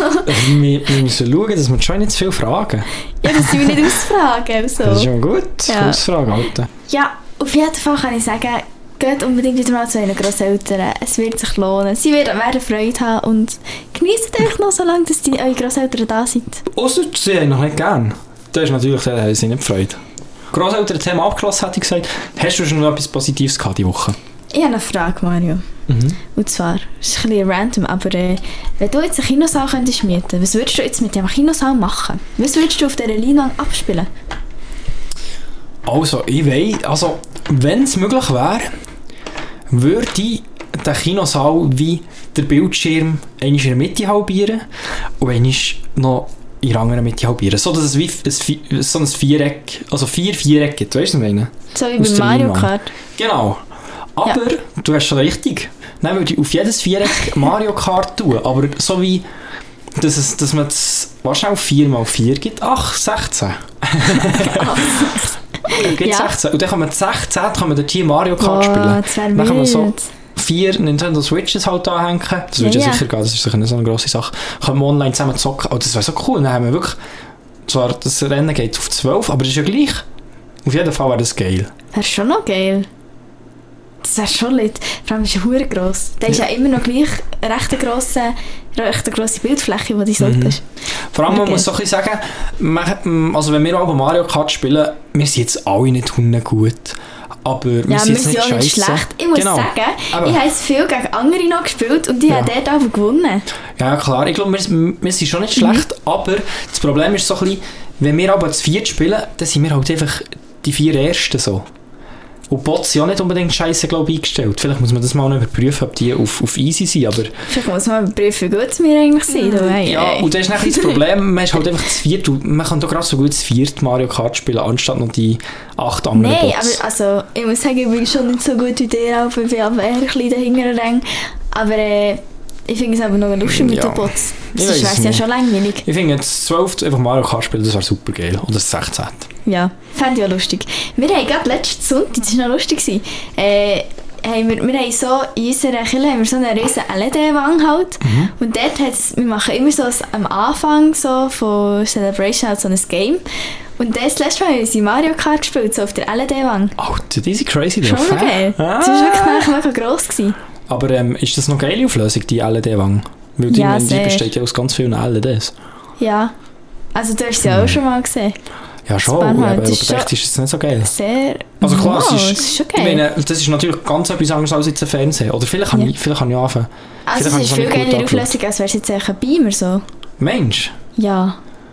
Wir müssen schauen, dass wir Joy nicht zu viel fragen. Ja, dass sie mich nicht ausfragen. So. Das ist schon gut, ja. Ausfragen, Alter. Ja, auf jeden Fall kann ich sagen, geht unbedingt wieder mal zu euren Grosseltern. Es wird sich lohnen. Sie werden Freude haben und genießt euch noch so lange, dass eure Grosseltern da sind. Ausser sie haben noch nicht gern. Das ist natürlich, da haben sie nicht Freude. Grosseltern-Thema abgeschlossen, hätte ich gesagt. Hast du schon noch etwas Positives gehabt diese Woche? Ich habe eine Frage, Mario. Und zwar, das ist ein bisschen random, aber wenn du jetzt einen Kinosaal könntest mieten, was würdest du jetzt mit dem Kinosaal machen? Was würdest du auf dieser Leinwand abspielen? Also, ich weiss, wenn es möglich wäre, würde ich den Kinosaal wie der Bildschirm einmal in der Mitte halbieren und einmal noch in der anderen Mitte halbieren. So dass es wie so ein Viereck, also 4 Vierecke gibt, weißt du, was ich meine? So wie bei Mario Kart. Genau. Aber, du hast schon richtig, dann würde ich auf jedes Viereck Mario Kart tun, aber so wie, dass man es wahrscheinlich 4x4 gibt, 16. Gibt 16. Und dann kann man 16 dort hier Mario Kart spielen. Dann kann man so 4 Nintendo Switches halt anhängen. Das würde ja sicher gehen, das ist sicher so eine grosse Sache. Kann man online zusammen zocken. Oh, das wäre so cool. Dann haben wir wirklich, zwar das Rennen geht auf 12, aber das ist ja gleich. Auf jeden Fall wäre das geil. Wäre schon noch geil. Das wäre schon lit. Vor allem ist er verdammt gross. Der ist ja immer noch gleich eine recht grosse Bildfläche, die du solltest. Vor allem, man muss so ein bisschen sagen, also wenn wir auch Mario Kart spielen, wir sind jetzt alle nicht gut. Aber wir sind jetzt nicht auch nicht schlecht. Ich muss sagen, ich habe es viel gegen andere noch gespielt und die haben dort auch gewonnen. Ja klar, ich glaube, wir sind schon nicht schlecht, aber das Problem ist so ein bisschen, wenn wir aber zu 4 spielen, dann sind wir halt einfach die 4 Ersten so. Und Bots sind auch nicht unbedingt scheiße, glaube ich, eingestellt. Vielleicht muss man das mal noch überprüfen, ob die auf easy sind, aber... Vielleicht muss man überprüfen, wie gut wir eigentlich sind. Ja, und das ist nicht das Problem, man ist halt einfach zu 4. Man kann doch gerade so gut zu 4 Mario Kart spielen, anstatt noch die 8 anderen Bots. Nein, aber also, ich muss sagen, ich bin schon nicht so gut wie dir, aber ich bin aber eher ein bisschen dahinter Rang. Aber ich finde es aber noch lustig mit den Bots. Das wäre ja schon langweilig. Ich finde jetzt 12 einfach Mario Kart spielen, das wäre super geil. Oder das 16. Ja, fände ich auch lustig. Wir haben gerade letzten Sonntag, das war noch lustig, haben wir haben so in unserer Kirche haben wir so eine riesen LED-Wand halt. Und dort wir machen immer so am Anfang so von Celebration halt so ein Game. Und das letzte Mal haben sie Mario Kart gespielt, so auf der LED-Wand. Oh, diese crazy Schon drauf. geil. Das war wirklich mega gross gewesen. Aber ist das noch eine geile Auflösung, die LED-Wand? Weil die besteht ja aus ganz vielen LEDs. Ja. Also du hast sie auch schon mal gesehen. Ja schon, aber echt ist es nicht so geil. Sehr... Also klar, es ist schon geil. Ich meine, das ist natürlich ganz etwas anderes als jetzt ein Fernsehen. Oder vielleicht kann ich anfangen. Also es ist viel geilere Auflösung, als wäre es jetzt ein Beamer so. Mensch? Ja.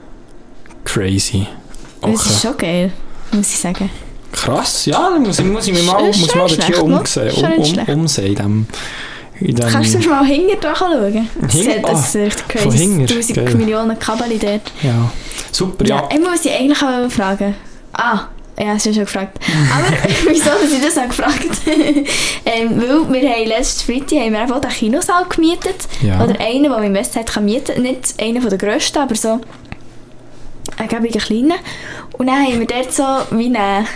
Crazy. Okay. Das ist schon geil, muss ich sagen. Krass, ja, dann muss ich mich mal dort umsehen. Kannst du mal hinten schauen? Das ist richtig crazy. 1000 Millionen Kabel dort. Ja, super, ja. Ich muss dich eigentlich auch fragen. Ja, hast du schon gefragt. Aber wieso, dass ich das auch gefragt weil wir haben letzten Freitag haben wir einfach den Kinosaal gemietet. Ja. Oder einen, den man im Westzeit mieten kann. Nicht einen der grössten, aber so einen kleinen. Und dann haben wir dort so wie einen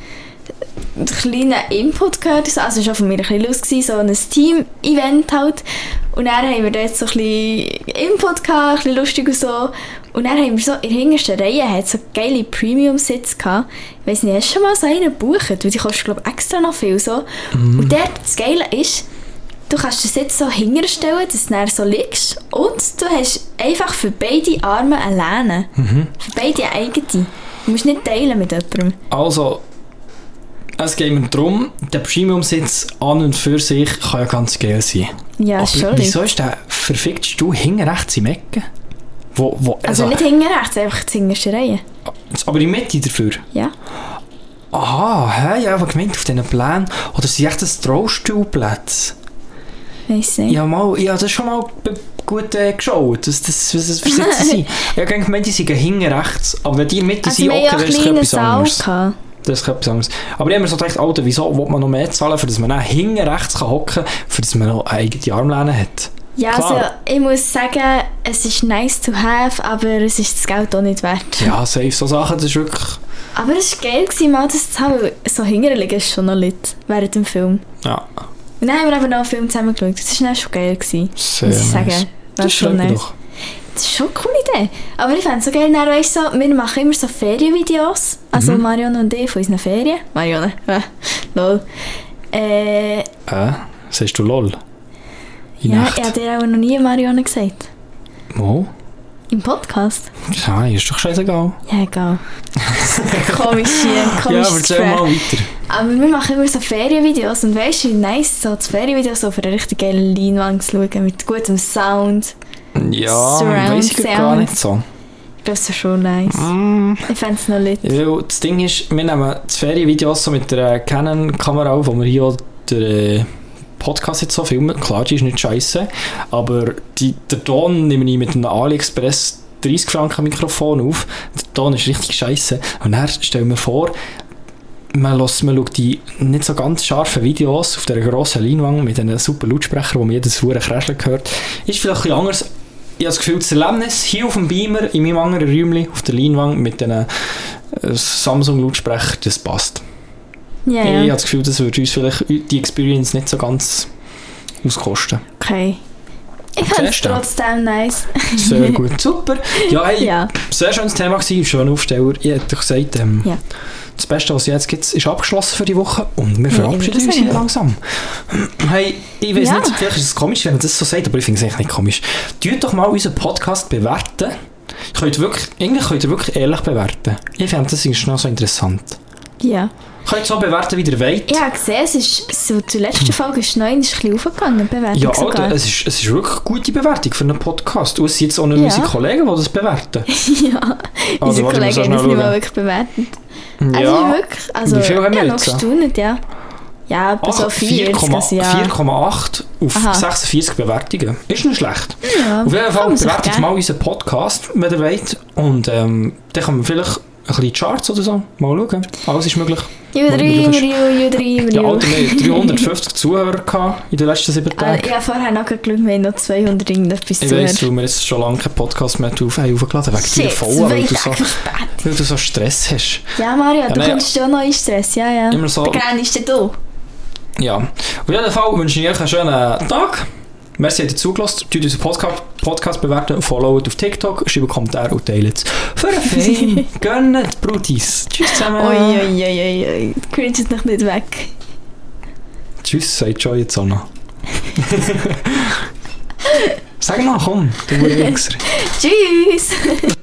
kleinen Input gehört. Also es war von mir ein bisschen lustig, so ein Team-Event halt. Und dann haben wir dort so ein bisschen Input gehabt, ein bisschen lustig und so. Und dann haben wir so in der hintersten Reihe hat so geile Premium-Sitze gehabt. Ich weiss nicht, hast du schon mal so einen gebucht? Weil die kostet, glaube ich, extra noch viel so. Und dort, das Geile ist, du kannst den Sitz so hinterstellen, dass du dann so liegst. Und du hast einfach für beide Arme eine Lehne. Für beide eine eigene. Du musst nicht teilen mit jemandem. Also, es geht mir darum, der Premium-Sitz an und für sich kann ja ganz geil sein. Ja, aber schon. Wieso ist der verfickte Stuhl hinten rechts im Ecken? Also nicht hinten rechts, einfach die hinterste Reihe. Aber in der Mitte dafür? Ja. Aha, ich habe gemeint auf diesen Plänen. Oder sind echt das Traustuhlplätze? Weiss nicht. Ich habe das schon mal gut geschaut, was das für Sitze sind. Ich habe gemeint, die sind hinten rechts. Aber wenn die in der Mitte sind, okay, das ist etwas anderes. Das ist etwas anderes. Aber ich habe mir so gedacht, Alter, wieso will man noch mehr zahlen, für dass man dann hinten rechts hocken kann, für dass man noch eine eigene Armlehne hat? Ja, klar. Also ich muss sagen, es ist nice to have, aber es ist das Geld auch nicht wert. Ja, safe, so Sachen, das ist wirklich... Aber es war geil, mal das zu haben, weil so hinten liegen ist schon noch lit während dem Film. Ja. Und dann haben wir aber noch einen Film zusammen geschaut. Das war dann schon geil. Sehr muss ich sagen. Nice. Das schon nice. Doch. Das ist schon eine coole Idee. Aber ich fände es so geil, dann, weißt, so, wir machen immer so Ferienvideos. Also Marion und ich von unseren Ferien. Marion, lol. Sagst du lol? Ja, ich habe dir auch noch nie Marion gesagt. Wo? Im Podcast. Ja, ist doch scheißegal. Ja, egal. Komisch hier, ja, aber erzähl mal weiter. Aber wir machen immer so Ferienvideos und weißt du, wie nice so das Ferienvideo so auf einer richtig geilen Leinwand zu schauen, mit gutem Sound. Ja, weiss ich gar nicht so. Das ist schon nice. Ich fände es noch lit. Ja, das Ding ist, wir nehmen das Ferienvideos so mit der Canon-Kamera auf, wo wir hier auch den Podcast jetzt so filmen. Klar, die ist nicht scheiße, aber der Ton nehme ich mit einem AliExpress 30 Franken Mikrofon auf. Der Ton ist richtig scheiße. Und dann stellen wir vor, man schaut die nicht so ganz scharfen Videos auf dieser grossen Leinwand mit einem super Lautsprecher, wo man jedes verdammte Kräscheln hört. Ist vielleicht ein bisschen anders. Ich habe das Gefühl, das Erlebnis hier auf dem Beamer, in meinem anderen Räumchen, auf der Leinwand mit einem Samsung-Lautsprecher, das passt. Ja. Ich habe das Gefühl, das würde uns vielleicht die Experience nicht so ganz auskosten. Okay. Ich fand es trotzdem nice. Sehr gut. Super. Ja, hey, sehr schönes Thema gewesen, schöner Aufsteller. Ich hätte gesagt, das Beste, was es jetzt gibt, ist abgeschlossen für die Woche und wir verabschieden uns hier langsam. Hey, ich weiss nicht, vielleicht ist es komisch, wenn man das so sagt, aber ich finde es eigentlich nicht komisch. Tut doch mal unseren Podcast bewerten. Eigentlich könnt ihr wirklich ehrlich bewerten. Ich finde, das ist noch so interessant. Ja. Könnt ihr so bewerten, wie ihr wollt. Ich habe gesehen, es ist so, zur letzten Folge ist 9 ein bisschen aufgegangen, Bewertung ja, sogar. Alter, es ist wirklich eine gute Bewertung für einen Podcast. Und es sind jetzt auch nicht unsere Kollegen, die das bewerten. Ja, unsere Kollegen haben es nicht mal wirklich bewertet. Ja. Also, wie viel haben wir noch jetzt? gestaunt, ja. Ja, aber so 4,8 auf 46 Bewertungen. Ist nicht schlecht. Ja, auf jeden Fall bewertet mal unseren Podcast, wenn ihr wollt. Und dann kann man vielleicht ein bisschen Charts oder so mal schauen. Alles ist möglich. Ja, Alter, wir hatten 350 Zuhörer in den letzten 7 Tagen. Ich habe vorher noch geschaut, wir haben noch 200 irgendetwas Zuhörer. Ich weiss, weil wir jetzt schon lange keinen Podcast mehr aufgeladen haben, wegen dir voll, weil du so Stress hast. Ja, Mario, du kommst schon noch in Stress, ja. Immer so. Begrenzst du? Ja. Auf jeden Fall wünsche ich euch einen schönen Tag. Merci, dass ihr zugelassen habt. Unseren Podcast bewerten, followt auf TikTok, schreibt Kommentare und teilt es. Für einen Fame, gönnt Brutis. Tschüss zusammen. Oi. Cringe ist noch nicht weg. Tschüss, sagt schon jetzt auch noch. Sag mal, komm, du Wichser. Tschüss.